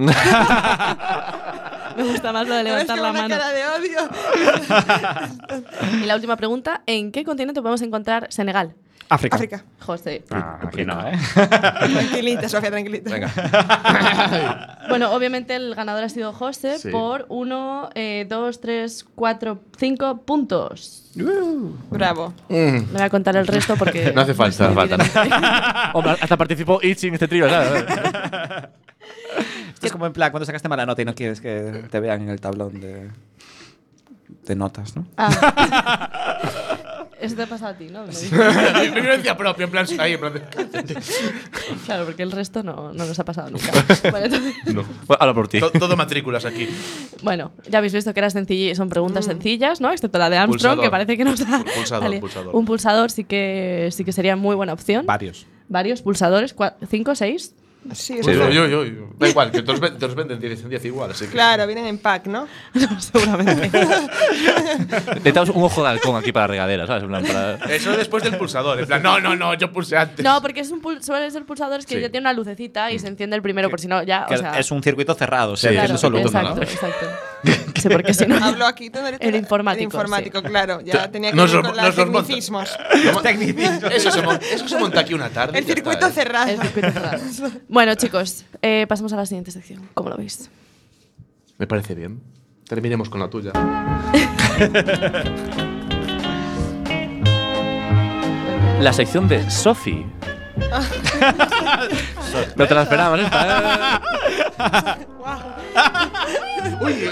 Me gusta más lo de levantar Es que la una mano. cara de odio. Y la última pregunta, ¿en qué continente podemos encontrar Senegal? África. José. Aquí no, ¿eh? Tranquilita, Sofía, tranquilita. Venga. Bueno, obviamente el ganador ha sido José Sí. por 1, 2, 3, 4, 5 puntos. Bravo. No voy a contar el resto porque. No hace falta. No hace falta. Hombre, hasta participó Itchy en este trío, ¿sabes? Esto es como en plan cuando sacaste mala nota y no quieres que te vean en el tablón de notas, ¿no? Eso te pasa a ti, ¿no? Vivencia propia, en plan ahí, en plan Claro, porque el resto no nos ha pasado nunca. Vale, entonces- No. Bueno, habla por ti. Todo matrículas aquí. bueno, ya habéis visto que son preguntas sencillas, ¿no? Excepto la de Armstrong, Pulsador. que parece que nos da. Pulsador. Un pulsador sí que sería muy buena opción. Varios. Varios pulsadores, 5, 6. Sí, Pues eso yo. Da igual, que te los venden 10 en 10 igual, así que. Claro, vienen en pack, ¿no? Seguramente. Necesitamos un ojo de halcón aquí para la regadera, ¿sabes? En plan, para... Eso después del pulsador. En plan, no, yo pulsé antes. No, porque suelen ser pulsadores que Sí. ya tienen una lucecita y se enciende el primero, por si no, ya. Que O sea, es un circuito cerrado, Sí, se claro, enciende solo uno, exacto, ¿no? exacto. Sí, porque si no. Hablo aquí todo El informático, El informático, claro. Ya tenía que Nos ir los- con nos los los monta. tecnicismos. Eso se monta aquí una tarde. El y ya circuito está, ¿eh? cerrado. El circuito cerrado. Bueno, chicos, pasamos a la siguiente sección. ¿Cómo lo veis? Me parece bien. Terminemos con la tuya. La sección de Sophie. No te la esperabas, esta, ¿eh? Uy,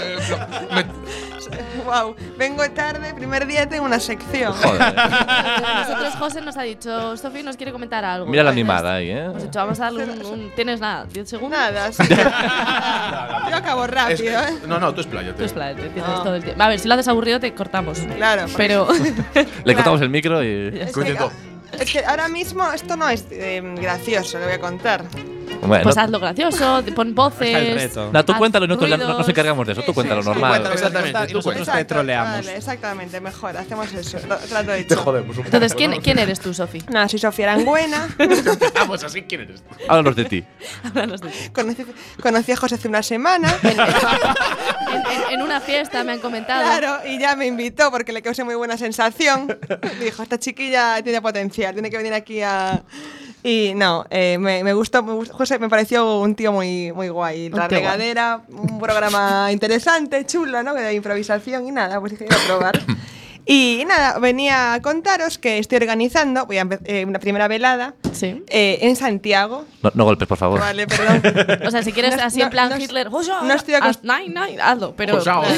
Wow, vengo tarde, primer día tengo una sección. Joder. Nosotros, José nos ha dicho, Sofía nos quiere comentar algo. Mira la animada ahí, ¿eh? Hemos dicho, vamos a darle ¿Tienes nada? ¿10 segundos? Nada, sí. Yo acabo rápido, ¿eh? No, tú expláyate. Pues claro, tienes No. todo el tiempo. A ver, si lo haces aburrido te cortamos. Claro, porque- Pero. Le cortamos el micro y. Es Cuente que, todo. es que ahora mismo esto no es gracioso, lo voy a contar. Bueno, Pues hazlo gracioso, pon voces. Está el reto. no, tú haz cuéntalo y nosotros ya no nos ruidos. encargamos de eso. Tú Sí, cuéntalo sí, normal. cuéntalo. Exactamente, Y tú nosotros cuentas. te troleamos. Vale, exactamente, mejor, hacemos eso. Trato Te hecho. jodemos un Entonces, poco, ¿no? ¿quién eres tú, Sofi? Nada, soy Sofía Arangüena. Vamos, así, ¿quién eres tú? Háblanos de ti. Háblanos de ti. Conocí a José hace una semana. En una fiesta me han comentado. Claro, y ya me invitó porque le causé muy buena sensación. Dijo, esta chiquilla tiene potencial, tiene que venir aquí a... Y no, me gustó, José me pareció un tío muy guay. La tío regadera, un programa interesante, chulo, ¿no? De improvisación y nada, pues dije, voy a probar. Y nada, venía a contaros que estoy organizando, voy a una primera velada Sí. en Santiago. No golpes, por favor. Vale, perdón. O sea, si quieres No- así en plan no- Hitler, no estoy hazlo, pero. O sea,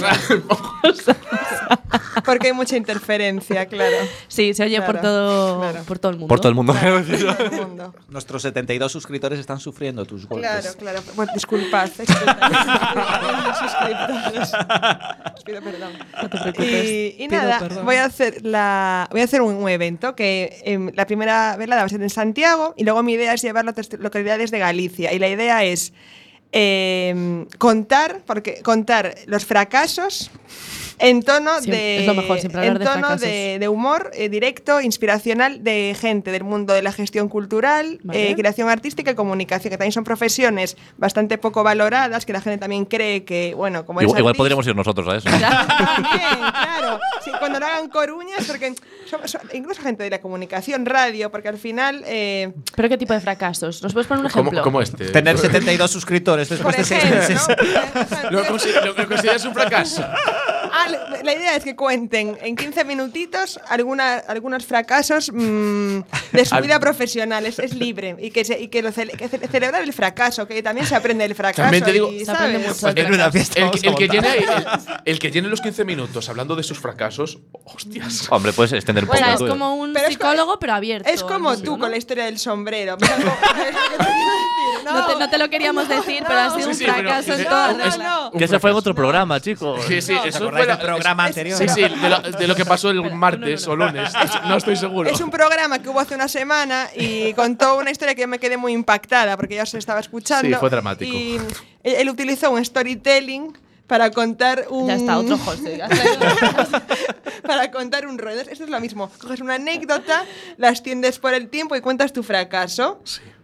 Porque hay mucha interferencia, claro. Sí, se oye por Claro, todo claro. por todo el mundo. Por todo el mundo. Todo el mundo. Nuestros 72 suscriptores están sufriendo tus golpes. Claro, claro. Bueno, disculpad. Suscriptores. Os pido perdón. No te preocupes. Y nada, voy a hacer un evento que la primera velada va a ser en Santiago y luego mi idea es llevarlo a otras localidades de Galicia. Y la idea es contar los fracasos en tono Siempre- es lo mejor, siempre hablar de fracasos. de humor directo, inspiracional de gente del mundo de la gestión cultural, Vale. creación artística y comunicación, que también son profesiones bastante poco valoradas, que la gente también cree que, bueno, como eres Igual artista- podríamos ir nosotros a eso. También, claro. Sí, cuando lo hagan coruñas, porque incluso gente de la comunicación, radio, porque al final, ¿Pero qué tipo de fracasos? ¿Nos puedes poner un ejemplo? ¿Cómo este? Tener 72 suscriptores después por de 6 ejemplo, meses. ¿no? ¿Lo consideras un fracaso? La idea es que cuenten en 15 minutitos algunos fracasos de su vida profesional. Es libre. Y que celebrar el fracaso, que también se aprende el fracaso. También te digo- y, Se aprende ¿sabes? mucho. En una fiesta El, vamos que- a el que montar. llene, el que llene los 15 minutos hablando de sus fracasos, hostias. Hombre, puedes extender un O poco sea, el es tuyo. como un Pero es psicólogo, pero abierto. Es como al tú mundo, con ¿no? la historia del sombrero. ¿Sabes lo que te quiero decir? No te lo queríamos decir, pero ha sido un Sí, pero- fracaso en no, todas no, las. no. Que se fue en otro programa, chicos. Sí, sí, No, eso ¿os acordáis fue del programa anterior? Sí, sí, de lo que pasó el martes o lunes. No estoy seguro. Es un programa que hubo hace una semana y contó una historia que yo me quedé muy impactada porque ya se estaba escuchando. Sí, fue dramático. Y él utilizó un storytelling para contar un. Ya está, otro José. Ya está. Para contar un rollo. Esto es lo mismo. Coges una anécdota, la extiendes por el tiempo y cuentas tu fracaso.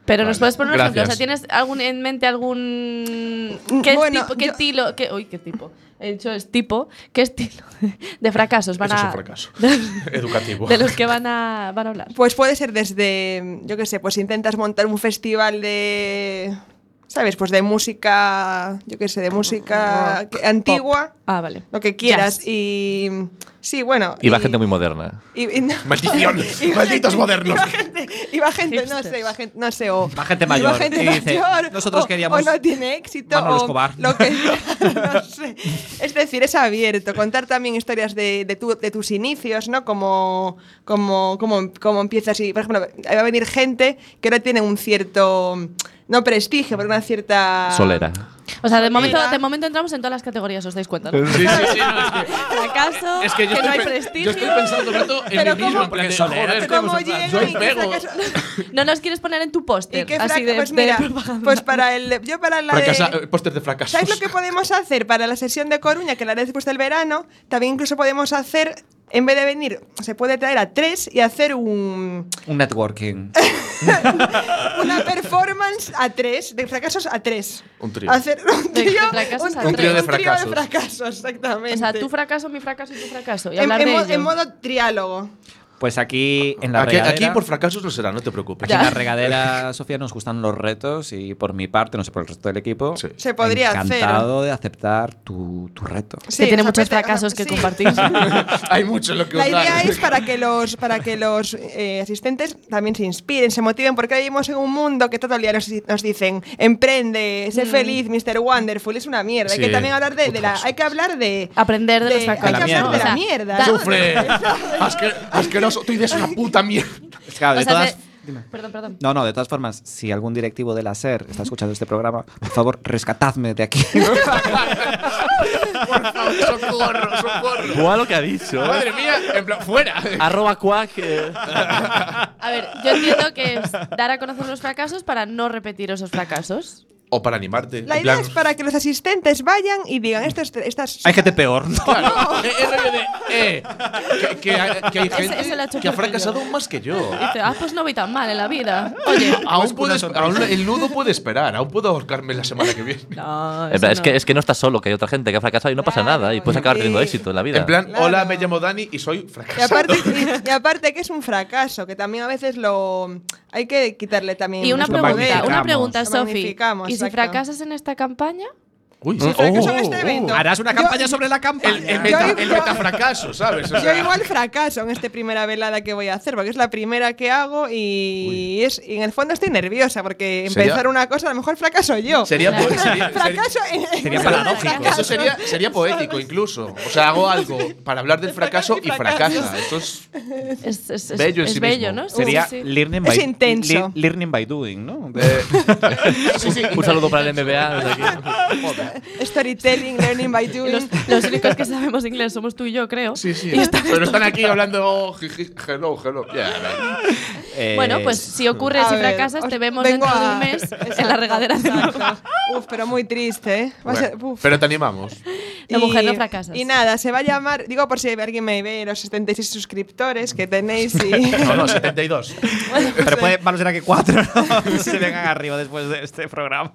Pero nos puedes poner un ejemplo. O sea, Gracias. ¿tienes en mente algún. ¿Qué Bueno, tipo? ¿Qué yo- estilo? ¿Qué tipo? He dicho es tipo. ¿Qué estilo de fracasos van Eso es a. un fracaso. Educativo. De los que van a hablar. Pues puede ser desde, yo qué sé, pues intentas montar un festival de, ¿sabes? Pues de música, yo qué sé, de música antigua, Ah, vale. lo que quieras. Jazz. Y sí, bueno. Y va gente muy moderna. Maldición. Malditos modernos. Iba gente, no Hipsters. sé, iba gente, no sé, o. Va gente iba mayor gente y dice, mayor, nosotros queríamos o no tiene éxito. Manolo o Escobar. Lo que, no sé. Es decir, es abierto. Contar también historias de tus inicios, ¿no? Como empiezas. Y, por ejemplo, va a venir gente que ahora tiene un cierto. No prestigio, pero una cierta. Solera. O sea, de momento Mira. entramos en todas las categorías, ¿os dais cuenta? ¿no? Sí, no, Fracaso, es que yo que no hay estoy prestigio. yo estoy pensando todo el rato en Pero mí mismo, ¿cómo? en plan de, Porque joder, ¿Cómo yo llegan y qué pego. fracaso? No nos quieres poner en tu ¿Y póster. qué Así de, pues de mira, propaganda. pues para el. Yo para la de. Póster de fracasos. ¿Sabes lo que podemos hacer para la sesión de Coruña, que la haré después del verano? También incluso podemos hacer, en vez de venir, se puede traer a 3 y hacer un networking. una performance a 3, de fracasos a 3. Un trío. Hacer un De trío, fracasos a un tres. trío Un trío de de fracasos, exactamente. O sea, tu fracaso, mi fracaso y tu fracaso. Y en, hablar en de mo- ello. en modo triálogo. Pues aquí en la Aquí regadera, por fracasos no será, no te preocupes. aquí en la regadera, Sofía, nos gustan los retos y por mi parte, no sé por el resto del equipo, Sí. Se podría hacer. encantado de aceptar tu reto. que tiene o sea, muchos aparte- fracasos que sí. compartir. Hay mucho en lo que La os idea da. es para que los asistentes también se inspiren, se motiven, porque vivimos en un mundo que todo el día nos dicen emprende, sé feliz, Mr. Wonderful, es una mierda. Hay Sí. que también hablar de la, hay que hablar de Aprender de los hay fracasos. que hablar de la mierda. ¿no? Sufre. Asqueroso. Tu idea es una puta mierda. Es que, claro, O de sea, todas, de- dime. Perdón. No, de todas formas, si algún directivo de la SER está escuchando este programa, por favor, rescatadme de aquí. Socorro. Buah, lo que ha dicho. Madre mía, en plan, fuera. @quack. A ver, yo entiendo que es dar a conocer los fracasos para no repetir esos fracasos. O para animarte. La en idea plan, es para que los asistentes vayan y digan estas Hay gente peor, ¿no? Claro, es rollo de. Que hay gente Ese lo ha hecho que ha Portillo. fracasado aún más que yo. Y dice, pues no voy tan mal en la vida. Oye, Aún el nudo puede esperar. Aún puedo ahorcarme la semana que viene. no, En eso plan, no. es que no estás solo, que hay otra gente que ha fracasado y no pasa Claro, nada. Y puedes acabar y- teniendo éxito en la vida. En plan, Claro. hola, me llamo Dani y soy y fracasado. aparte que es un fracaso, que también a veces lo hay que quitarle también Y una su pregunta, poder. Lo Sofi. magnificamos, ¿Y si exacto. fracasas en esta campaña? Uy, Si fracaso en este evento. Harás una Yo- campaña sobre la campaña. el Yo- metafracaso, ¿sabes? O Yo sea, igual fracaso en esta primera velada que voy a hacer, porque es la primera que hago y en el fondo estoy nerviosa, porque Sería- empezar una cosa, a lo mejor fracaso yo. Sería, Claro. fracaso en Sería una paradójico. fracaso. Eso sería poético incluso. O sea, hago algo para hablar del fracaso y fracasa. Esto es Es bello en es sí bello, mismo. ¿no? Sería Sí, sí. learning Es by, intenso. learning by doing, ¿no? Un saludo para el MBA desde aquí. Storytelling, learning by Y doing. los únicos que sabemos inglés somos tú y yo, creo. Sí, sí. Y está- Pero están aquí hablando hello. Yeah, Bueno, pues si ocurre, A si ver, fracasas, os te vemos vengo dentro de a- un mes en Exacto, la regadera de exacto. nuevo. Uf, pero muy triste, ¿eh? Va a ser- uf. Pero te animamos. La mujer no fracasas. Y nada, se va a llamar, digo por si alguien me ve, los 76 suscriptores que tenéis y… No, 72. Pero puede ser que 4, ¿no? Se vengan arriba después de este programa.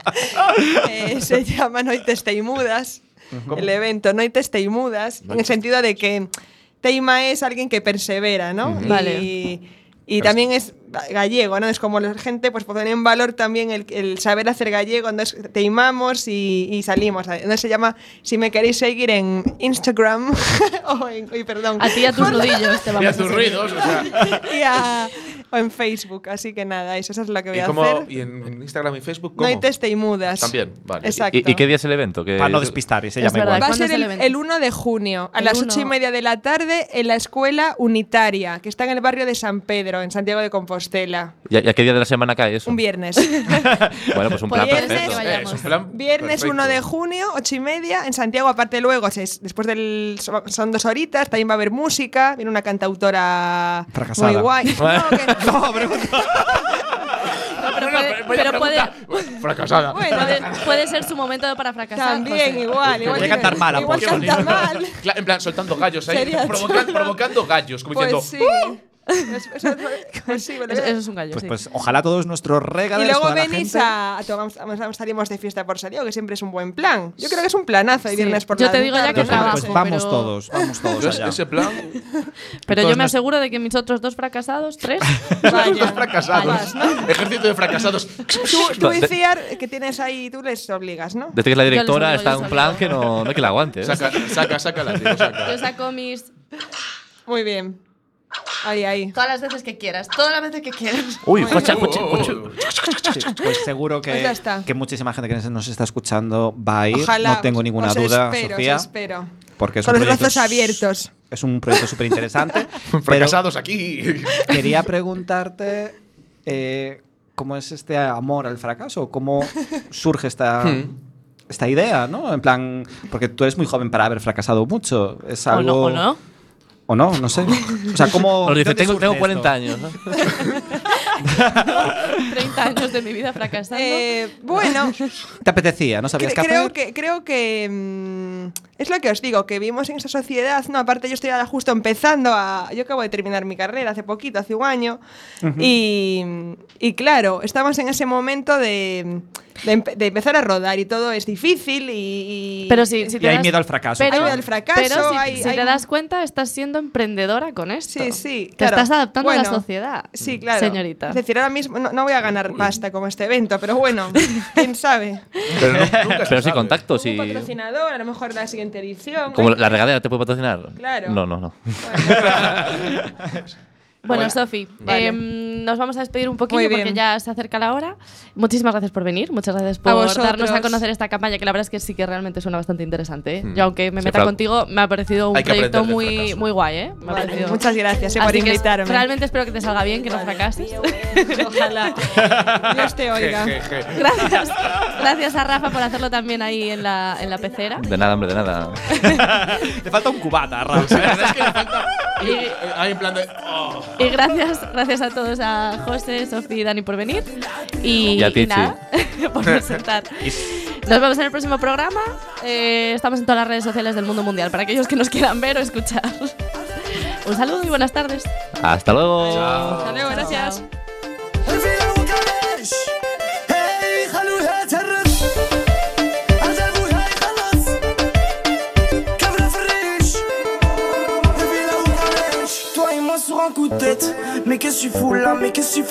Se llama Noites Teimudas, el evento Noites Teimudas, en el sentido de que Teima es alguien que persevera, ¿no? Vale. Y también es gallego, ¿no? Es como la gente pues poner en valor también el saber hacer gallego, entonces teimamos y salimos. Entonces se llama, si me queréis seguir en Instagram, perdón, A ti y a tus nudillos te Y vamos a a tus seguir. ruidos, o sea. o en Facebook, así que nada, eso es lo que voy ¿Y, a cómo, hacer. ¿Y en Instagram y Facebook cómo? Noites Teimudas. También, vale. Exacto. ¿Y qué día es el evento? Para no despistar, y se Es llama verdad. igual. Va a ¿Cuándo ser es el evento? el 1 de junio, a El las 1. 8:30 de la tarde, en la Escuela Unitaria, que está en el barrio de San Pedro, en Santiago de Compostela. ¿Y a qué día de la semana cae eso? Un viernes. Bueno, pues un plan Viernes perfecto. que vayamos. Es un plan Viernes perfecto. 1 de junio, 8:30, en Santiago. Aparte, luego, después son 2 horitas, también va a haber música. Viene una cantautora Fracasada. muy guay. No, que- Pero puede, Fracasada. puede ser su momento para fracasar. también, José. igual. Voy a cantar mal, igual aposto. canta mal. En plan, soltando gallos ahí. Sería Provocando gallos. Como Pues diciendo. sí. Eso es un gallo, sí. Pues ojalá todos nuestros Y regaders. luego toda la venís gente- salimos de fiesta por Salio, que siempre es un buen plan. Yo creo que es un planazo el Sí. viernes por Yo la te digo ya tarde, que ¿no? trabajo, Pues vamos pero- todos Yo allá. ese plan. Pero todos yo me nos- aseguro de que mis otros 2 fracasados, 3, Vaya. Fracasados. Vas, ¿no? Ejército de fracasados. Tú y Ciar, que tienes ahí, tú les obligas, ¿no? Desde que la directora Yo les está en obligo, un yo plan les que no hay que la aguante. ¿eh? Sácala, tío, saca. yo saco mis. Muy bien. Ahí. Todas las veces que quieras, todas las veces que quieras. Uy, coche. Sí, pues seguro Pues ya está. que muchísima gente que nos está escuchando va a ir. Ojalá. No tengo ninguna os duda, espero, Sofía. Os espero. Porque es Con un los proyecto brazos abiertos. Es un proyecto súper interesante. Fracasados aquí. Quería preguntarte cómo es este amor al fracaso, cómo surge esta idea, ¿no? En plan, porque tú eres muy joven para haber fracasado mucho. Es algo. ¿O no? O no, no sé. O sea, ¿cómo. Nos dice, ¿dónde tengo surge 40 esto? años. ¿no? 30 años de mi vida fracasando. Bueno, ¿Te apetecía? ¿No sabías qué hacer? creo que es lo que os digo, que vivimos en esa sociedad, no, aparte yo estoy ahora justo empezando yo acabo de terminar mi carrera hace poquito, hace un año, y claro, estamos en ese momento de empezar a rodar y todo es difícil y Pero si Y hay miedo al fracaso. Hay miedo al fracaso, Pero si, hay- si hay- te das cuenta, estás siendo emprendedora con esto. Sí, Te claro. estás adaptando a la Bueno, sociedad. Sí, claro. Señorita. Es decir, ahora mismo no voy a ganar pasta como este evento, pero bueno, quién sabe. Pero nunca se Pero sí, sabe. contactos Un y. patrocinador, a lo mejor la siguiente edición. Como la regadera te puede patrocinar. Claro. No. Bueno, Sofi, Vale. nos vamos a despedir un Muy poquillo bien. porque ya se acerca la hora. Muchísimas gracias por venir, muchas gracias A por vosotros. darnos a conocer esta campaña, que la verdad es que sí que realmente suena bastante interesante. ¿eh? Mm. Yo, aunque me Sí, meta claro. contigo, me ha parecido un Hay que proyecto aprender del muy, fracaso. muy guay, ¿eh? Me ha Vale, parecido. muchas gracias por Así que invitarme. realmente espero que te salga bien, que no fracases. Ojalá. Dios te oiga. Gracias a Rafa por hacerlo también ahí en la pecera. De nada, hombre, de nada. Te falta un cubata, Raúl. La verdad es que le falta. Ahí en plan de. oh. Y gracias a todos, a José, Sofía y Dani por venir. Y a ti, nada, por presentar. Nos vemos en el próximo programa. Estamos en todas las redes sociales del mundo mundial para aquellos que nos quieran ver o escuchar. Un saludo y buenas tardes. Hasta luego. Hasta luego, gracias. Toi et moi sur un coup de tête. Mais qu'est-ce que tu fous là? Mais qu'est-ce que tu fais?